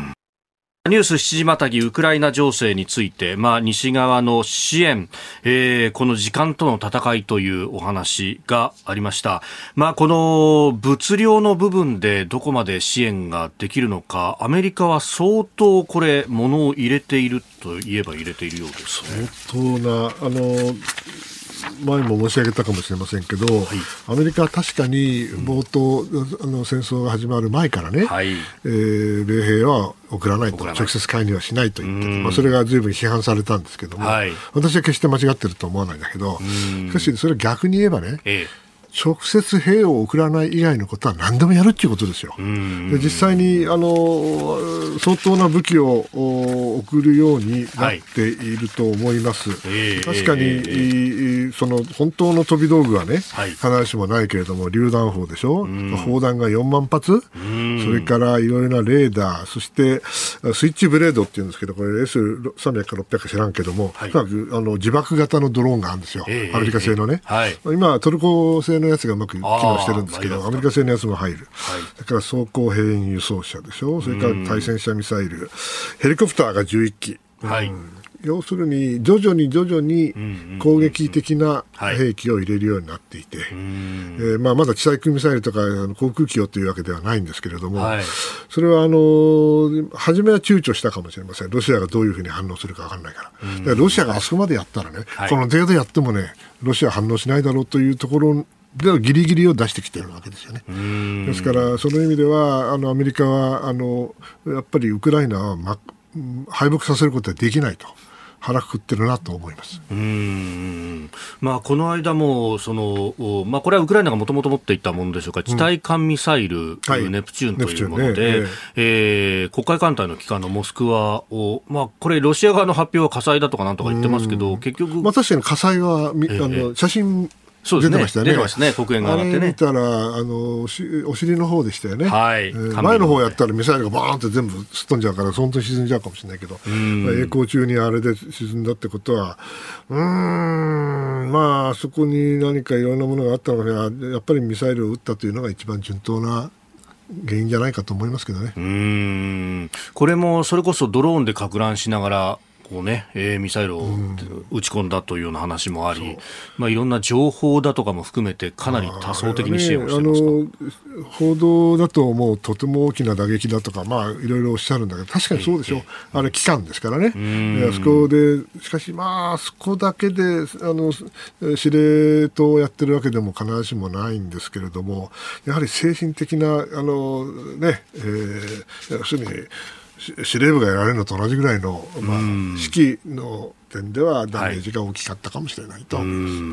ニュースしちじまたぎウクライナ情勢について、まあ、西側の支援、えー、この時間との戦いというお話がありました。まあ、この物量の部分でどこまで支援ができるのか、アメリカは相当これ物を入れているといえば入れているようですね。 相当なあの前も申し上げたかもしれませんけど、はい、アメリカは確かに冒頭、うん、あの戦争が始まる前からね、はい、えー、米兵は送らないと、直接介入はしないと言って、まあ、それが随分批判されたんですけども、はい、私は決して間違ってると思わないんだけど、しかしそれは逆に言えばね、ええ、直接兵を送らない以外のことは何でもやるということですよ。で実際にあの相当な武器を送るようになっていると思います。はい、確かに、えー、 りその本当の飛び道具はね、はい、必ずしもないけれども榴弾砲でしょ、砲弾がよんまんぱつ、それからいろいろなレーダー、そしてスイッチブレードっていうんですけど、これ エスさんびゃく かろっぴゃくか知らんけども、はい、あの自爆型のドローンがあるんですよ、えー、アメリカ製のね、えーはい、今トルコ製のやつがうまく機能してるんですけど、アメリカ製のやつも入る、はい、だから装甲兵員輸送車でしょ、それから対戦車ミサイル、ヘリコプターがじゅういっき、はい、うん、要するに徐々に徐々に攻撃的な兵器を入れるようになっていて、えーまあ、まだ地対空ミサイルとか航空機をというわけではないんですけれども、はい、それはあの初めは躊躇したかもしれません。ロシアがどういうふうに反応するか分からないから、だからロシアがあそこまでやったらね、はい、この程度やってもねロシア反応しないだろうというところでギリギリを出してきているわけですよね。ですからその意味ではあのアメリカはあのやっぱりウクライナは、ま、敗北させることはできないと腹くくってるなと思います。 うーん、まあ、この間もその、まあ、これはウクライナがもともと持っていたものでしょうか、地対艦ミサイル、うん、はい、ネプチューンというもので、ねえーえー、黒海艦隊の旗艦のモスクワを、まあ、これロシア側の発表は火災だとかなんとか言ってますけど、結局、 まあ、確かに火災は、えー、あの写真そうですね、 出てましたよね。 出てましたね、黒煙が上がってね。 あれ見たらあのお尻の方でしたよね、 はい、 えー、前の方やったらミサイルがバーンって全部すっ飛んじゃうから本当に沈んじゃうかもしれないけど、まあ、曳航中にあれで沈んだってことはうーん、まあそこに何かいろんなものがあったのにやっぱりミサイルを撃ったというのが一番順当な原因じゃないかと思いますけどね。 うーん、これもそれこそドローンで撹乱しながらこうねえー、ミサイルを撃ち込んだというような話もあり、うん、まあ、いろんな情報だとかも含めてかなり多層的に支援をしてますか。 あ、ね、あの報道だともうとても大きな打撃だとか、まあ、いろいろおっしゃるんだけど確かにそうでしょう、えー、あれ機関ですからね。あそこでしかし、まあ、あそこだけであの司令塔をやってるわけでも必ずしもないんですけれども、やはり精神的なあの、ねえー、要するに司令部がやられるのと同じぐらいの、まあ、指揮の点ではダメージが大きかったかもしれないと思います。 はい、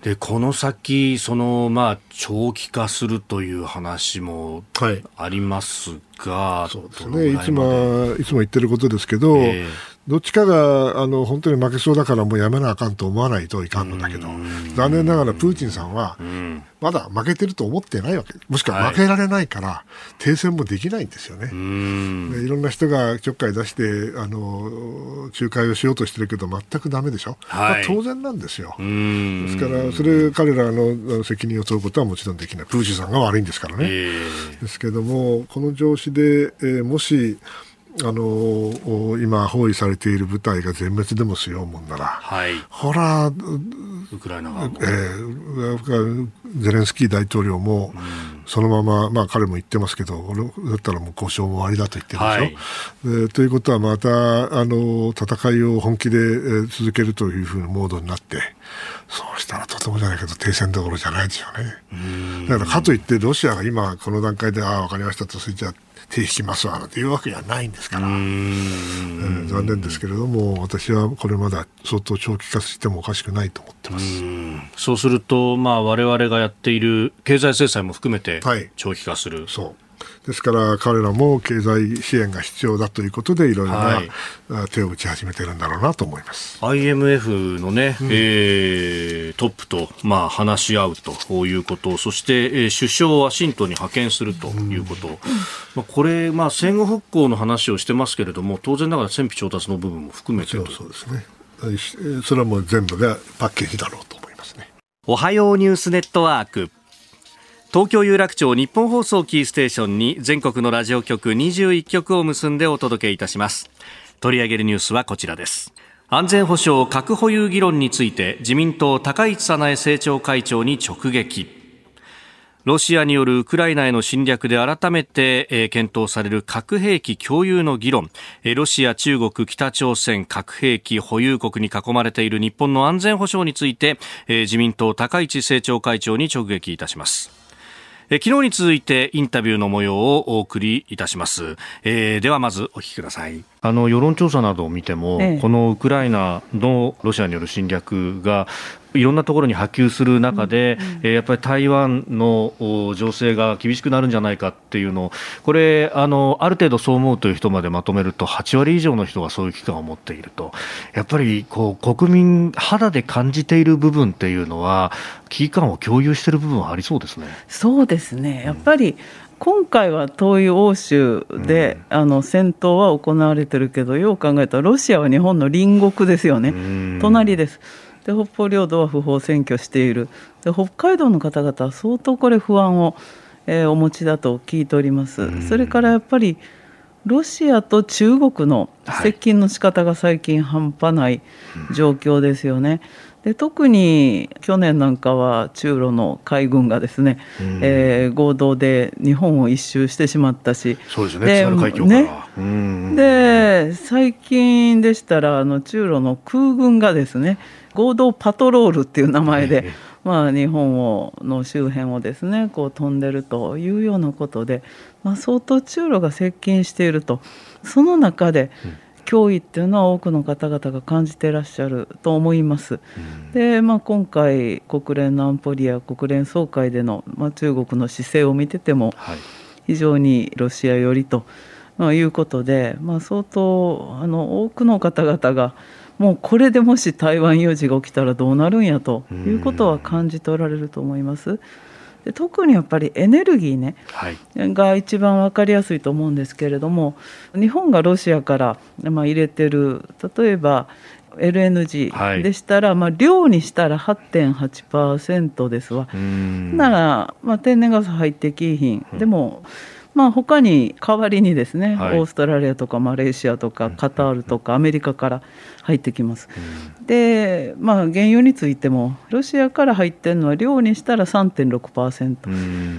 でこの先その、まあ、長期化するという話もありますが、はい、 そうですね、いつもいつも言ってることですけど、えー、どっちかがあの本当に負けそうだからもうやめなあかんと思わないといかんのだけど、残念ながらプーチンさんはまだ負けてると思ってないわけ、もしくは負けられないから停戦もできないんですよね。でいろんな人がちょっかい出してあの仲介をしようとしてるけど全くダメでしょ、はい、まあ、当然なんですよ。ですからそれ彼らの責任を問うことはもちろんできない、プーチンさんが悪いんですからね、えー、ですけどもこの調子で、えー、もしあの今包囲されている部隊が全滅でもしようもんなら、はい、ほらウクライナ側も、えー、ゼレンスキー大統領もそのまま、まあ、彼も言ってますけど俺だったらもう交渉も終わりだと言ってるでしょ、はい、えー、ということはまたあの戦いを本気で、えー、続けるというふうなモードになって、そうしたらとてもじゃないけど停戦どころじゃないですよね。だからかといってロシアが今この段階でああ分かりましたとそれじゃ手引きますわなんていうわけじゃないんですから、うーん、えー、残念ですけれども私はこれまだ相当長期化してもおかしくないと思ってます。 うーん、そうすると、まあ、我々がやっている経済制裁も含めて長期化する、はい、 そうですから彼らも経済支援が必要だということでいろいろな、はい、手を打ち始めてるんだろうなと思います。 アイエムエフ の、ね、うん、えー、トップと、まあ、話し合うということ、そして、えー、首相をワシントンに派遣するということ、うん、まあ、これ、まあ、戦後復興の話をしてますけれども当然ながら戦費調達の部分も含めてと。 そうですね、それはもう全部がパッケージだろうと思いますね。 おはようニュースネットワーク、東京有楽町日本放送キーステーションに全国のラジオ局にじゅういっきょくを結んでお届けいたします。取り上げるニュースはこちらです。安全保障核保有議論について自民党高市早苗政調会長に直撃。ロシアによるウクライナへの侵略で改めて、えー、検討される核兵器共有の議論、えー、ロシア、中国、北朝鮮核兵器保有国に囲まれている日本の安全保障について、えー、自民党高市政調会長に直撃いたします。え昨日に続いてインタビューの模様をお送りいたします。えー、ではまずお聞きください。あの世論調査などを見ても、ええ、このウクライナのロシアによる侵略がいろんなところに波及する中で、うんうん、えー、やっぱり台湾の情勢が厳しくなるんじゃないかっていうのを、これ あのある程度そう思うという人までまとめるとはちわり以上の人がそういう危機感を持っていると、やっぱりこう国民肌で感じている部分っていうのは危機感を共有している部分はありそうですね。 そうですね、やっぱり、うん、今回は遠い欧州で、うん、あの戦闘は行われてるけど、よう考えたらロシアは日本の隣国ですよね、うん、隣です。で北方領土は不法占拠している。で北海道の方々は相当これ不安を、えー、お持ちだと聞いております、うん、それからやっぱりロシアと中国の接近の仕方が最近半端ない状況ですよね、はい、で特に去年なんかは中ロの海軍がですね、うん、えー、合同で日本を一周してしまったし、 そうですね、津軽海峡から、ね、うん、 で最近でしたらあの中ロの空軍がですね合同パトロールっていう名前で、えーまあ、日本をの周辺をですねこう飛んでるというようなことで、まあ、相当中ロが接近していると、その中で脅威っていうのは多くの方々が感じていらっしゃると思います、うん、で、まあ、今回国連の安保理や国連総会での、まあ、中国の姿勢を見てても非常にロシア寄りと、まあ、いうことで、まあ、相当あの多くの方々がもうこれでもし台湾有事が起きたらどうなるんやということは感じておられると思います。で特にやっぱりエネルギー、ね、はい、が一番分かりやすいと思うんですけれども、日本がロシアから、まあ、入れてる例えば エルエヌジー でしたら、はい、まあ、量にしたら はちてんはちパーセント ですわ。なら、まあ、天然ガス入ってきいひん、うん、でもまあ、他に代わりにですね、はい、オーストラリアとかマレーシアとかカタールとかアメリカから入ってきます、うん、で、まあ、原油についてもロシアから入ってるのは量にしたら さんてんろくパーセント、うん、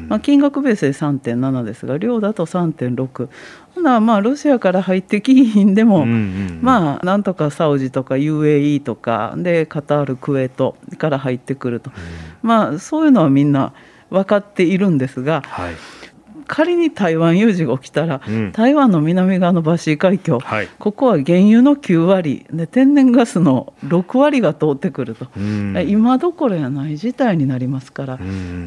まあ、金額ベースで さんてんなな ですが量だと さんてんろく、ほなまあロシアから入ってきひんでも、うんうんうん、まあなんとかサウジとか ユーエーイー とかでカタールクウェートから入ってくると、うん、まあそういうのはみんな分かっているんですが、はい、仮に台湾有事が起きたら、うん、台湾の南側のバシー海峡、はい、ここは原油のきゅうわりで天然ガスのろくわりが通ってくると、うん、今どころやない事態になりますから、うん、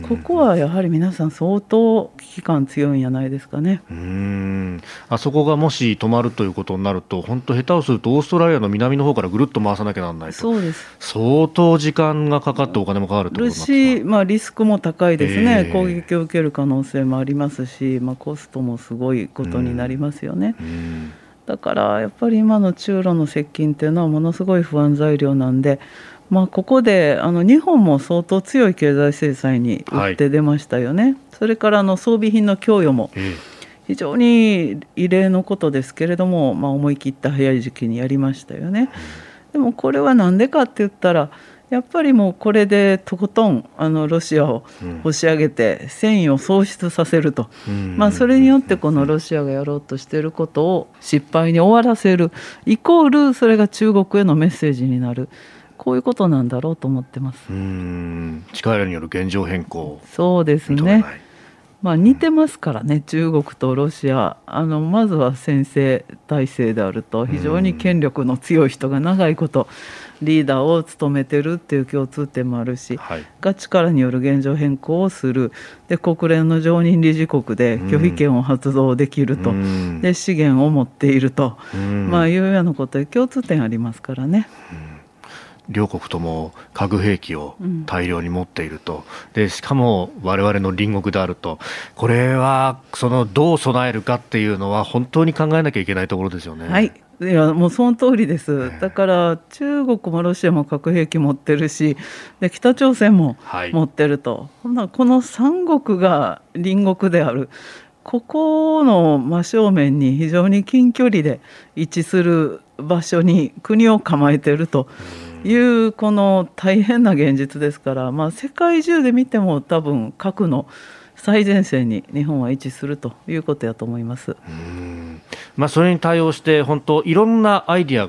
ここはやはり皆さん相当危機感強いんじゃないですかね。 うーん、あそこがもし止まるということになると、本当下手をするとオーストラリアの南の方からぐるっと回さなきゃならないと。 そうです。 相当時間がかかってお金もかかるということになってしまう。 まあ、リスクも高いですね、えー、攻撃を受ける可能性もありますし、まあ、コストもすごいことになりますよね、うんうん、だからやっぱり今の中ロの接近っていうのはものすごい不安材料なんで、まあ、ここであの日本も相当強い経済制裁に打って出ましたよね、はい、それからあの装備品の供与も非常に異例のことですけれども、まあ、思い切った早い時期にやりましたよね、うん、でもこれはなんでかって言ったらやっぱりもうこれでとことんあのロシアを押し上げて戦意を喪失させると、うん、まあ、それによってこのロシアがやろうとしていることを失敗に終わらせるイコールそれが中国へのメッセージになる、こういうことなんだろうと思ってます。 うーん、力による現状変更、 そうですね、まあ、似てますからね、中国とロシア、あのまずは専制体制であると、非常に権力の強い人が長いことリーダーを務めてるっていう共通点もあるし、はい、が力による現状変更をする、で国連の常任理事国で拒否権を発動できると、で資源を持っていると、まあ、いうようなことで共通点ありますからね。 両国とも核兵器を大量に持っていると、うん、でしかも我々の隣国であると、これはそのどう備えるかっていうのは本当に考えなきゃいけないところですよね。 はい、いやもうその通りです。だから中国もロシアも核兵器持ってるし、で北朝鮮も持ってると、はい、この三国が隣国である、ここの真正面に非常に近距離で位置する場所に国を構えているというこの大変な現実ですから、まあ、世界中で見ても多分核の最前線に日本は位置するということやと思います。 うーん、まあ、それに対応して本当いろんなアイディアが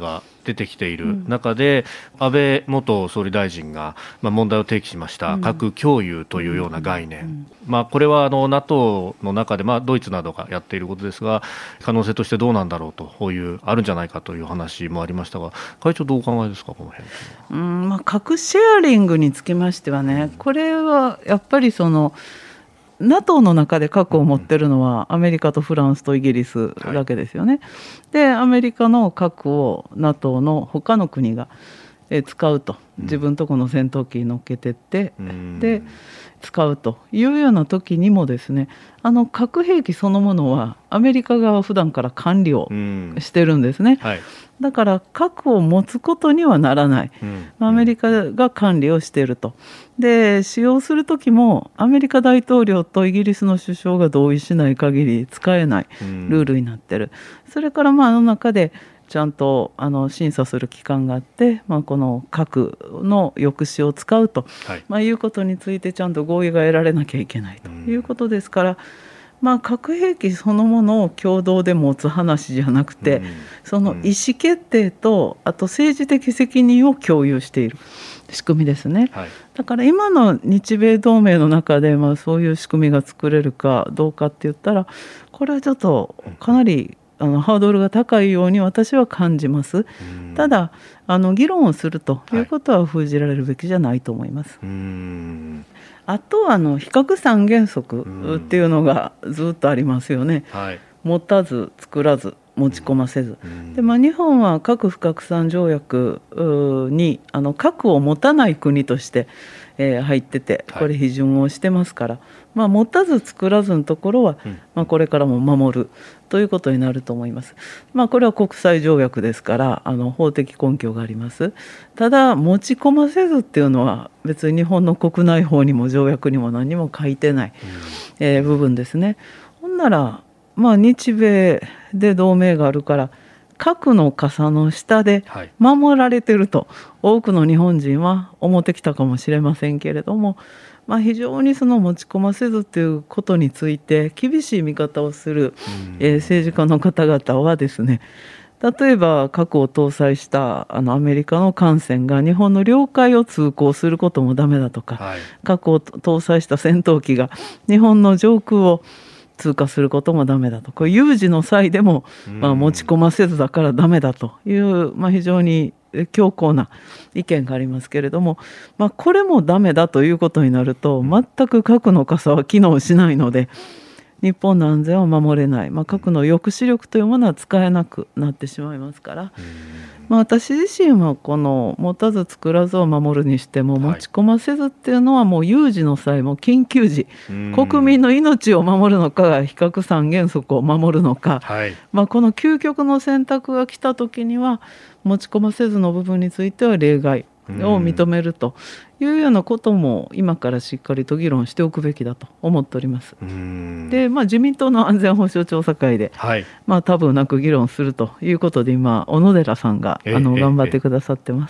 出てきている中で、うん、安倍元総理大臣が、まあ、問題を提起しました核共有というような概念、うんうん、まあ、これはあの ナトー の中で、まあ、ドイツなどがやっていることですが、可能性としてどうなんだろうと、こういうあるんじゃないかという話もありましたが、会長どうお考えですか、この辺。 うん、まあ、核シェアリングにつきましてはね、これはやっぱりそのナトー の中で核を持ってるのはアメリカとフランスとイギリスだけですよね、はい、でアメリカの核を ナトー の他の国が使うと、自分とこの戦闘機に乗っけてって、うん、で使うというような時にもですね、あの核兵器そのものはアメリカ側は普段から管理をしてるんですね、はい、だから核を持つことにはならない、うん、アメリカが管理をしていると。で使用する時もアメリカ大統領とイギリスの首相が同意しない限り使えないルールになってる、うん、それからまああの中でちゃんとあの審査する機関があって、まあ、この核の抑止を使うと、はいまあ、いうことについてちゃんと合意が得られなきゃいけないということですから、うんまあ、核兵器そのものを共同で持つ話じゃなくて、うん、その意思決定とあと政治的責任を共有している仕組みですね、はい、だから今の日米同盟の中で、まあ、そういう仕組みが作れるかどうかって言ったら、これはちょっとかなりあのハードルが高いように私は感じます。ただあの議論をするということは封じられるべきじゃないと思います。うーんあとはあの非核三原則っていうのがずっとありますよね、はい、持たず作らず持ち込ませず、で、まあ、日本は核不拡散条約にあの核を持たない国として、えー、入ってて、これ批准をしてますから、はいまあ、持たず作らずのところは、まあ、これからも守るということになると思います。まあ、これは国際条約ですからあの法的根拠があります。ただ持ち込ませずっていうのは別に日本の国内法にも条約にも何も書いてない、うんえー、部分ですね。ほんなら、まあ、日米で同盟があるから核の傘の下で守られてると、はい、多くの日本人は思ってきたかもしれませんけれども、まあ、非常にその持ち込ませずということについて厳しい見方をする、えー、政治家の方々はですね、例えば核を搭載したあのアメリカの艦船が日本の領海を通行することもダメだとか、はい、核を搭載した戦闘機が日本の上空を通過することもダメだと、これ有事の際でも、まあ、持ち込ませずだからダメだという、まあ、非常に強硬な意見がありますけれども、まあ、これもダメだということになると全く核の傘は機能しないので日本の安全を守れない、まあ、核の抑止力というものは使えなくなってしまいますから、まあ、私自身はこの持たず作らずを守るにしても持ち込ませずっていうのはもう有事の際も緊急時、国民の命を守るのか非核三原則を守るのか、はいまあ、この究極の選択が来た時には持ち込ませずの部分については例外を認めるというようなことも今からしっかりと議論しておくべきだと思っております。で、まあ、自民党の安全保障調査会で、はいまあ、多分なく議論するということで今小野寺さんがあの頑張ってくださってます。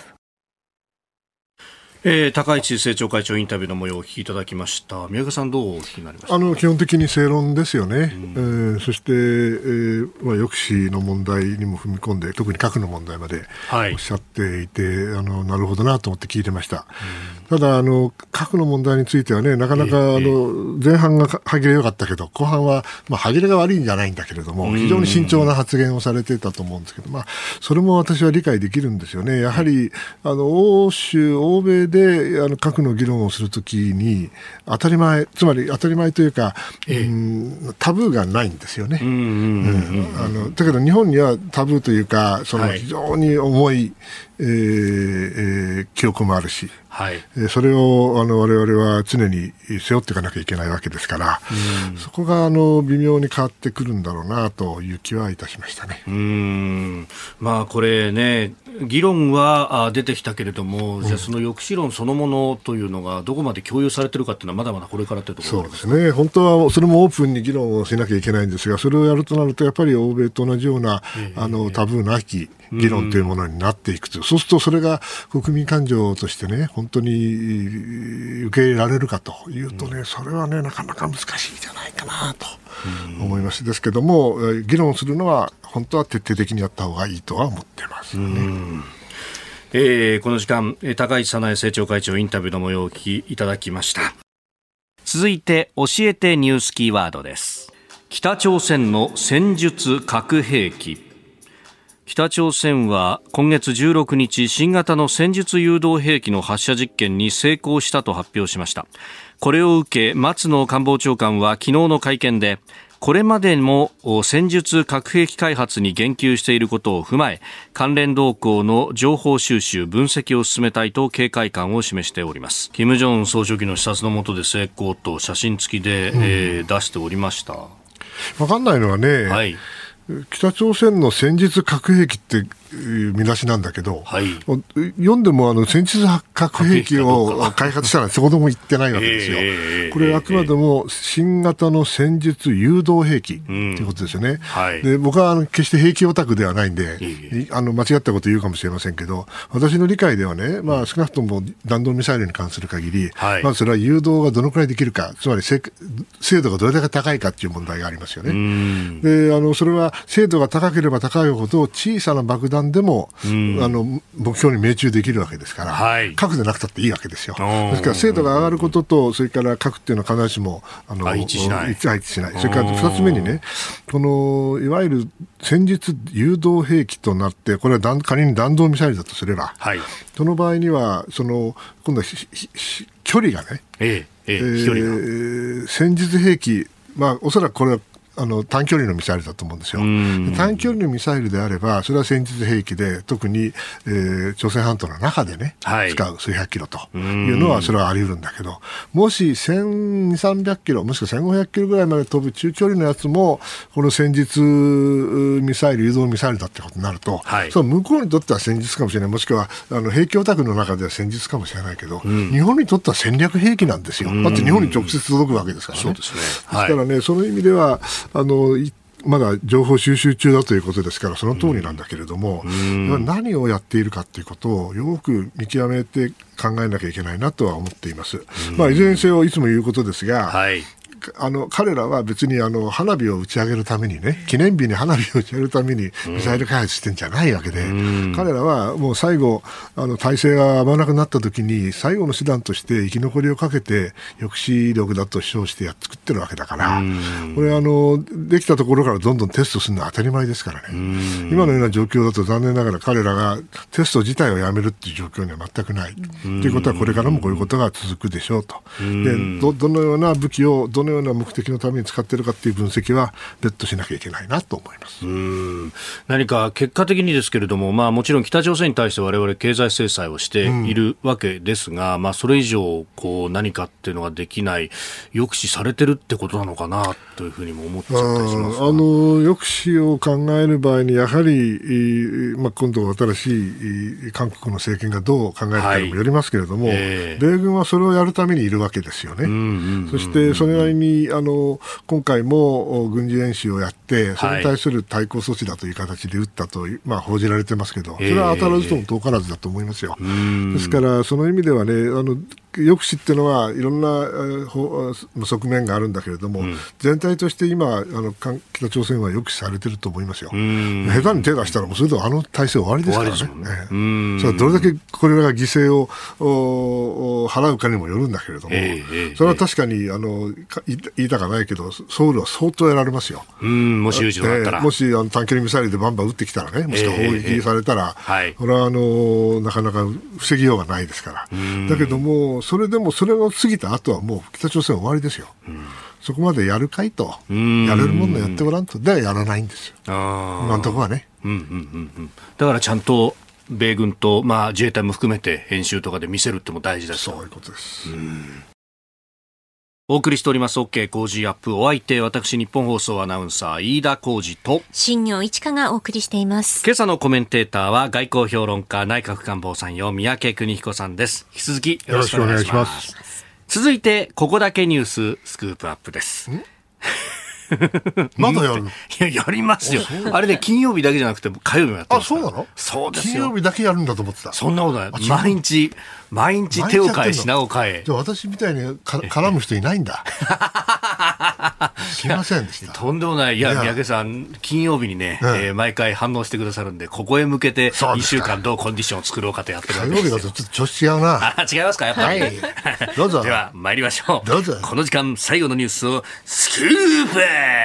えー、高市政調会長インタビューの模様をお聞きいただきました。宮家さんどうお聞きになりました？ あの基本的に正論ですよね、うんえー、そして、えーまあ、抑止の問題にも踏み込んで特に核の問題までおっしゃっていて、はい、あのなるほどなと思って聞いてました、うん、ただあの核の問題についてはねなかなか、えー、あの前半が歯切れ良かったけど後半は、まあ、歯切れが悪いんじゃないんだけれども非常に慎重な発言をされていたと思うんですけど、まあ、それも私は理解できるんですよね。やはりあの欧州欧米であの核の議論をするときに当たり前つまり当たり前というか、ええ、うんタブーがないんですよね。だけど日本にはタブーというかその非常に重い、はいえーえー、記憶もあるし、はい、それをあの我々は常に背負っていかなきゃいけないわけですから、うん、そこがあの微妙に変わってくるんだろうなという気はいたしましたね。 うーんまあこれね議論は出てきたけれども、うん、じゃあその抑止論そのものというのがどこまで共有されているかというのはまだまだこれからというところですね。 そうですね。本当はそれもオープンに議論をしなきゃいけないんですがそれをやるとなるとやっぱり欧米と同じような、えー、あのタブーなき議論というものになっていくと、うん、そうするとそれが国民感情としてね本当に受け入れられるかというとね、うん、それはねなかなか難しいんじゃないかなと思います。ですけども議論するのは本当は徹底的にやった方がいいとは思ってますよね。うんえー、この時間高市早苗政調会長インタビューの模様をお聞きいただきました。続いて教えてニュースキーワードです。北朝鮮の戦術核兵器。北朝鮮は今月じゅうろくにち新型の戦術誘導兵器の発射実験に成功したと発表しました。これを受け松野官房長官は昨日の会見で、これまでも戦術核兵器開発に言及していることを踏まえ、関連動向の情報収集分析を進めたいと警戒感を示しております。金正恩総書記の視察の下で成功と写真付きで、うんえー、出しておりました。 分かんないのはね、はい、北朝鮮の戦術核兵器って見出しなんだけど、はい、読んでもあの戦術核兵器を開発したらそこでも言ってないわけですよ、えー、これあくまでも新型の戦術誘導兵器ということですよね、うんはい、で僕はあの決して兵器オタクではないんで、えー、あの間違ったこと言うかもしれませんけど、私の理解ではね、まあ、少なくとも弾道ミサイルに関する限り、はい、まずそれは誘導がどのくらいできるか、つまり精度がどれだけ高いかという問題がありますよね。うんであのそれは精度が高ければ高いほど小さな爆弾でも、うん、あの目標に命中できるわけですから、はい、核でなくたっていいわけですよ。ですから精度が上がることと、それから核っていうのは必ずしもあの一致しない、 一致しない。それからふたつめにね、このいわゆる戦術誘導兵器となって、これは仮に弾道ミサイルだとすれば、はい、その場合にはその今度は距離がね、ええええ飛距離が戦術兵器、まあ、おそらくこれはあの短距離のミサイルだと思うんですよ。短距離のミサイルであればそれは戦術兵器で、特に、えー、朝鮮半島の中でね、はい、使う数百キロというのはそれはあり得るんだけど、もしせんにひゃく、さんびゃくキロもしくはせんごひゃくキロぐらいまで飛ぶ中距離のやつもこの戦術ミサイル誘導ミサイルだってことになると、はい、その向こうにとっては戦術かもしれない、もしくはあの兵器オタクの中では戦術かもしれないけど、うん、日本にとっては戦略兵器なんですよ。だって日本に直接届くわけですからね。そうですね。はい、ですからね、その意味ではあのまだ情報収集中だということですからその通りなんだけれども、うん、何をやっているかということをよく見極めて考えなきゃいけないなとは思っています。うんまあ、いずれにせよいつも言うことですが、はいあの彼らは別にあの花火を打ち上げるためにね、記念日に花火を打ち上げるためにミサイル開発してるんじゃないわけで、うん、彼らはもう最後あの体制が合わなくなった時に最後の手段として生き残りをかけて抑止力だと称してやっ作ってるわけだから、うん、これあのできたところからどんどんテストするのは当たり前ですからね、うん、今のような状況だと残念ながら彼らがテスト自体をやめるっていう状況には全くない、うん、ということはこれからもこういうことが続くでしょうと、うん、で ど, どのような武器をどのような目的のために使っているかという分析は別途しなきゃいけないなと思います。 うーん何か結果的にですけれども、まあ、もちろん北朝鮮に対して我々経済制裁をしているわけですが、うんまあ、それ以上こう何かっていうのができない、抑止されてるってことなのかなというふうにも思っちゃったりしますが、 あの抑止を考える場合にやはり、まあ、今度新しい韓国の政権がどう考えるかにもよりますけれども、はいえー、米軍はそれをやるためにいるわけですよね、うんうんうんうん、そしてそれなりにあの今回も軍事演習をやってそれに対する対抗措置だという形で撃ったと、まあ、報じられてますけど、それは当たらずとも遠からずだと思いますよ、えー、ですからその意味ではね、あの抑止っていうのはいろんな側面があるんだけれども、うん、全体として今あの北朝鮮は抑止されてると思いますよ。下手に手出したらもうそれであの体制終わりですからね。ねそれはどれだけこれらが犠牲を払うかにもよるんだけれども、えー、それは確かにあの言いたかないけどソウルは相当やられますよ。 うんもし有事となったら、 えー、もしあの短距離ミサイルでバンバン撃ってきたらね、もしくは砲撃されたら、えーはい、これはあのなかなか防ぎようがないですから。だけどもそれでもそれを過ぎた後はもう北朝鮮は終わりですよ、うん、そこまでやるかいと、やれるものやってごらんと、ではやらないんですよ、あ今のところはね、うんうんうんうん、 だからちゃんと米軍と、まあ、自衛隊も含めて演習とかで見せるっても大事だと。 そういうことです。うんお送りしております OK 工事アップ、お相手私日本放送アナウンサー飯田浩司と新業一華がお送りしています。 今朝のコメンテーターは外交評論家内閣官房参与三宅邦彦さんです。引き続きよろしくお願いします。続いてここだけニューススクープアップです。 まだやるの？いや、やりますよ。あれね、金曜日だけじゃなくて火曜日もやってます。 あ、そうなの？ そうですよ。 金曜日だけやるんだと思ってた。 そんなことない。毎日、毎日手を変え品を変え。 じゃあ私みたいにか絡む人いないんだ。すいませんでした。 とんでもない。いや、三宅さん、金曜日にね、うんえー、毎回反応してくださるんで、ここへ向けてにしゅうかんどうコンディションを作ろうかとやってるわけですよ。 火曜日だとちょっと調子違うな。 あ、違いますかやっぱり。はい、 どうぞ。 では、参りましょう。 どうぞ。 この時間、最後のニュースを、スクープアップ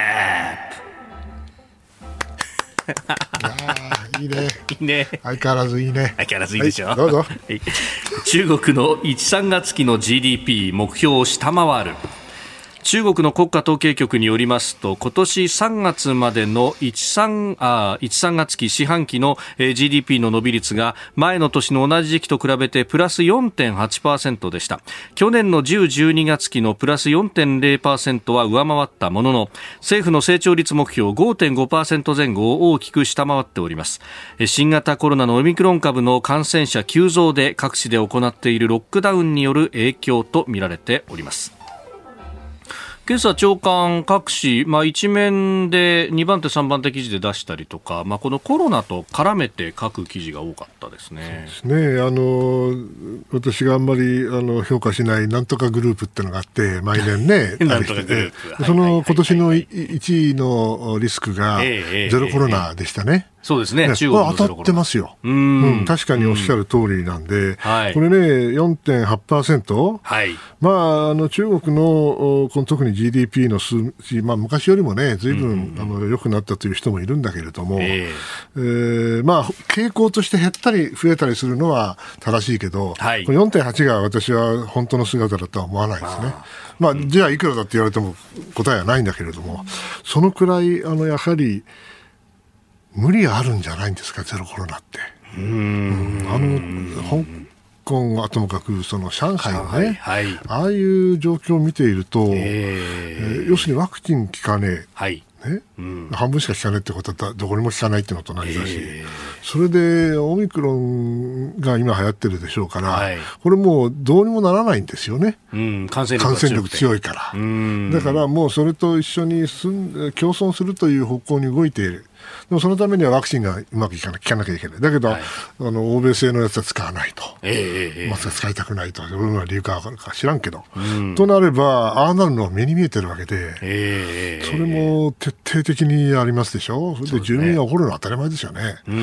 いいね。 いいね。 相変わらずいいね。 相変わらずいいでしょ。はい、 どうぞ、 はい。中国のいち、さんがつ期の ジーディーピー 目標を下回る。中国の国家統計局によりますと、今年さんがつまでのいち、さんがつ期四半期の ジーディーピー の伸び率が前の年の同じ時期と比べてプラス よんてんはちパーセント でした。去年のじゅう、じゅうにがつ期のプラス よんてんゼロパーセント は上回ったものの、政府の成長率目標 ごてんごパーセント 前後を大きく下回っております。新型コロナのオミクロン株の感染者急増で各地で行っているロックダウンによる影響とみられております。今朝朝刊各紙、まあ、一面でにばん手さんばん手記事で出したりとか、まあ、このコロナと絡めて書く記事が多かったですね。 そうですね。あの私があんまりあの評価しないなんとかグループってのがあって毎年ねなんとかグループ、 その今年のいちいのリスクがゼロコロナでしたね。 そうですね。中国の当たってますよ。 うん、 うん、確かにおっしゃる通りなんで、 はい、 これね よんてんはちパーセント、 はい、 まああの中国のこの特に ジーディーピー の数字、まあ昔よりもねずいぶんあの良くなったという人もいるんだけれども、えーえー、まあ傾向として減ったり増えたりするのは正しいけど、はい、この よんてんはち が私は本当の姿だとは思わないですね。まあじゃあいくらだって言われても答えはないんだけれども、そのくらいあのやはり無理あるんじゃないんですか、ゼロコロナって。うーん、あの香港はともかくその上海のね、はい、ああいう状況を見ていると、えーえー、要するにワクチン効かねえ、はいねうん、半分しか効かないってことはどこにも効かないってのと同じだし、えー、それでオミクロンが今流行ってるでしょうから、はい、これもうどうにもならないんですよね、 うん、感染力感染力強いから。うんだからもうそれと一緒にすん共存するという方向に動いている。でもそのためにはワクチンがうまくいかな、効かなきゃいけない。だけど、はい、あの欧米製のやつは使わないと、えー、マスク使いたくないと、どんな理由か分かるか知らんけど、うん、となればああなるのは目に見えてるわけで、えー、それも徹底的にありますでしょ。それで住民が怒るのは当たり前ですよね。うん、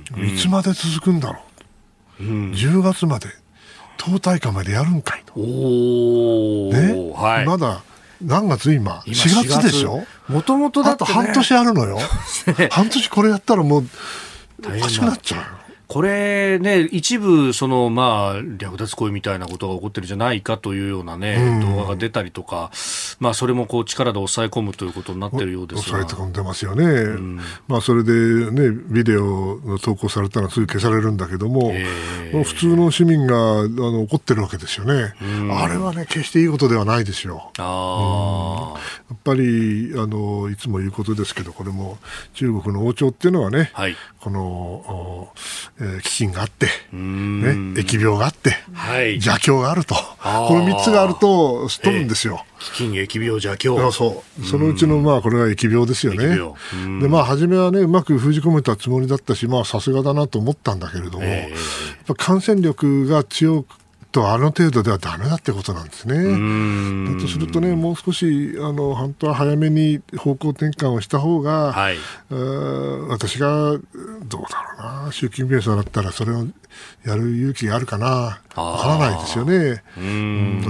いつまで続くんだろう、うん、じゅうがつまで党大会までやるんかいと、お、ねはい、まだ何月今、今しがつでしょ。 もともとだって、ね、 あと半年あるのよ。半年これやったらもうおかしくなっちゃうよ。 これね、一部そのまあ略奪行為みたいなことが起こってるんじゃないかというようなね、うん、動画が出たりとか、まあそれもこう力で抑え込むということになっているようですが、 抑え込んでますよね。うん、まあそれでねビデオが投稿されたらすぐ消されるんだけども、えー、普通の市民があの怒ってるわけですよね。うん、あれはね決していいことではないですよ。あ、うん、やっぱりあのいつも言うことですけど、これも中国の王朝っていうのはね、はい、このえー、飢饉があって、ね、疫病があって、はい、邪教があると、このみっつがあるとすっ飛ぶんですよ。 飢饉、疫病、邪教。 そう、そのうちのまあこれが疫病ですよね。でまあ初めはねうまく封じ込めたつもりだったし、まあさすがだなと思ったんだけれども、えー、やっぱ感染力が強くとあの程度ではダメだってことなんですね。だとするとね、もう少しあの本当は早めに方向転換をした方が、はい、私がどうだろうな、習近平さんだったらそれをやる勇気があるかな、わからないですよね。うん、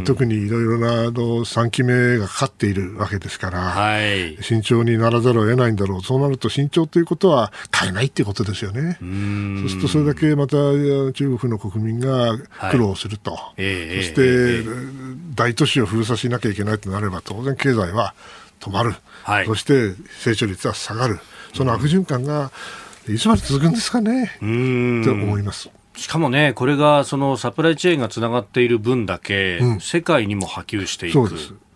特にいろいろなあのさんきめがかかっているわけですから、はい、慎重にならざるを得ないんだろう。そうなると慎重ということは変えないっていうことですよね。うんそうするとそれだけまた中国の国民が苦労すると、はいえー、そして、えー、大都市を封鎖しなきゃいけないとなれば当然経済は止まる、はい、そして成長率は下がる。その悪循環がいつまで続くんですかねって思います。 しかもね、これがそのサプライチェーンがつながっている分だけ、うん、世界にも波及していく。 そうです。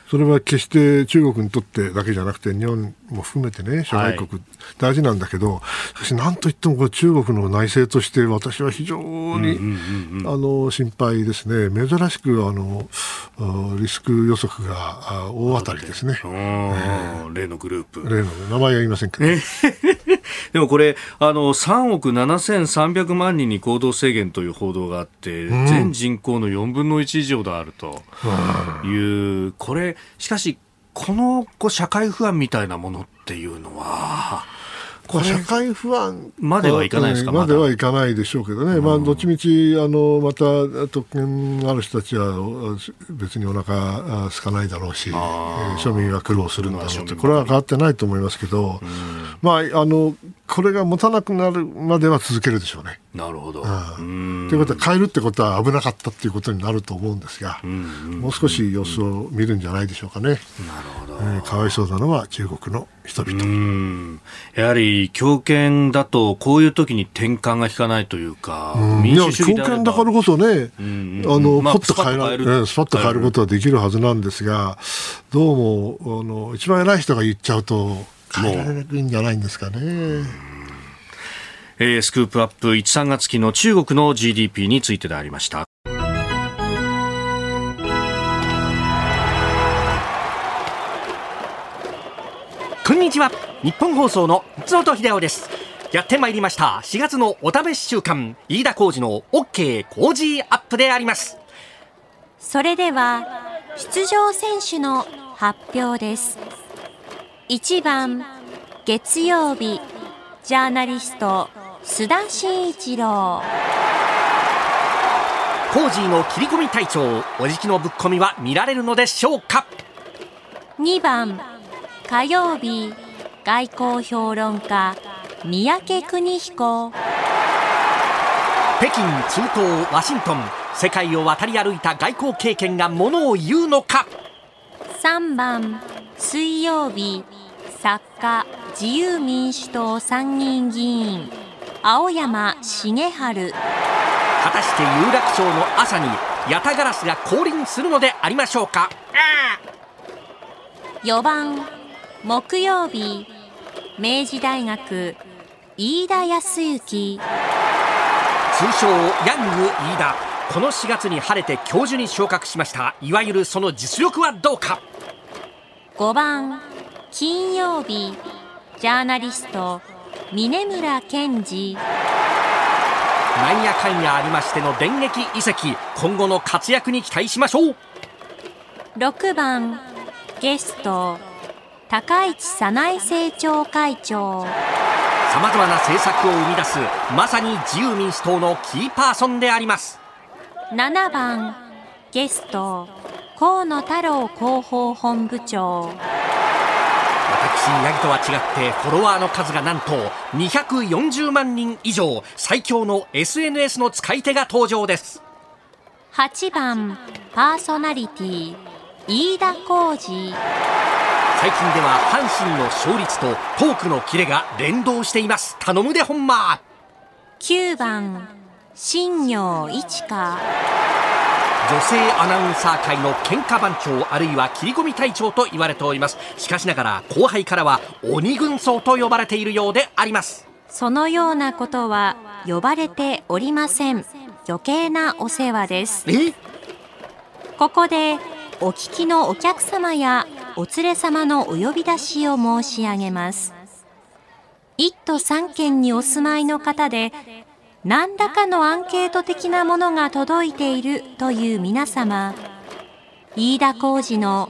それは決して中国にとってだけじゃなくて日本も含めてね、諸外国大事なんだけど、しかし何といってもこれ中国の内政として私は非常に、あの心配ですね。珍しくあのリスク予測が大当たりですね。 えー、例のグループ、 例の名前は言いませんけど、 でもこれあのさんおくななせんさんびゃくまんにんに行動制限という報道があって、うん、全人口のよんぶんのいち以上であるという、これしかしこのこう社会不安みたいなものっていうのはこれ社会不安まではいかないですか。 まではいかないでしょうけどね、うん、まあ、どっちみちあのまた特権ある人たちは別にお腹空かないだろうし、庶民は苦労するんだろうって、これは変わってないと思いますけど、うん、まあ、あのこれが持たなくなるまでは続けるでしょうね。 なるほど。 ということは変えるってことは危なかったっていうことになると思うんですが、うんうんうん、もう少し様子を見るんじゃないでしょうかね。なるほど。えー、かわいそうなのは中国の人々。うん、やはり強権だとこういう時に転換が効かないというか、うん、民主主義であれば強権だからこそね、うんうん、あの、まあ、ポッと変えられる、スパッと変えることはできるはずなんですが、どうもあの一番偉い人が言っちゃうと変えられるんじゃないんですかね。 えー、スクープアップいち、さんがつ期の中国の ジーディーピー についてでありました。 こんにちは、日本放送の松本秀夫です。やってまいりましたしがつのお試し週間、飯田浩司の OK 工事アップであります。 それでは出場選手の発表です。いちばん月曜日、ジャーナリスト須田慎一郎。 コージーの切り込み隊長、おじきのぶっ込みは見られるのでしょうか。 にばん火曜日、外交評論家三宅邦彦。 北京、中東、ワシントン、世界を渡り歩いた外交経験がものを言うのか。 さんばん水曜日、作家、自由民主党参議院議員青山茂春。 果たして有楽町の朝にヤタガラスが降臨するのでありましょうか。 よばん木曜日、明治大学飯田康之。 通称ヤング飯田、このしがつに晴れて教授に昇格しました。いわゆるその実力はどうか。 ごばん金曜日、ジャーナリスト峯村健二。 なんやかんやありましての電撃移籍、今後の活躍に期待しましょう。 ろくばんゲスト高市早苗政調会長。 さまざまな政策を生み出す、まさに自由民主党のキーパーソンであります。 ななばんゲスト河野太郎広報本部長。 私八木とは違ってフォロワーの数がなんとにひゃくよんじゅうまんにん以上、最強の エスエヌエス の使い手が登場です。 はちばんパーソナリティ飯田浩司。 最近では阪神の勝率とトークのキレが連動しています。頼むでほんま。 きゅうばん新業一華。 女性アナウンサー界の喧嘩番長、あるいは切り込み隊長と言われております。しかしながら後輩からは鬼軍曹と呼ばれているようであります。 そのようなことは呼ばれておりません。余計なお世話です。 え？ ここでお聞きのお客様やお連れ様のお呼び出しを申し上げます。いっ都さんけんにお住まいの方で、何らかのアンケート的なものが届いているという皆様、飯田浩司の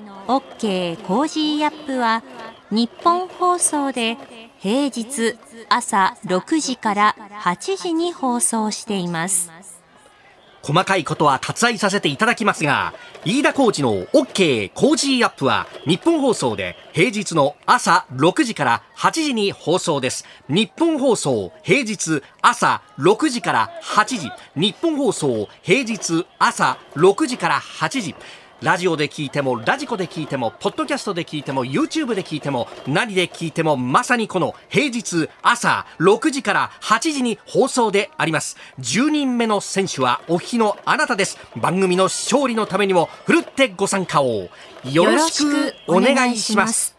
OK コージーアップは日本放送で平日朝ろくじからはちじに放送しています。 細かいことは割愛させていただきますが、飯田浩司の OK コージーアップは日本放送で平日の朝ろくじからはちじに放送です。日本放送平日朝ろくじからはちじ、日本放送平日朝ろくじからはちじ、 ラジオで聞いてもラジコで聞いてもポッドキャストで聞いても YouTube で聞いても何で聞いてもまさにこの平日朝ろくじからはちじに放送であります。じゅうにんめの選手はお聞きのあなたです。番組の勝利のためにもふるってご参加をよろしくお願いします。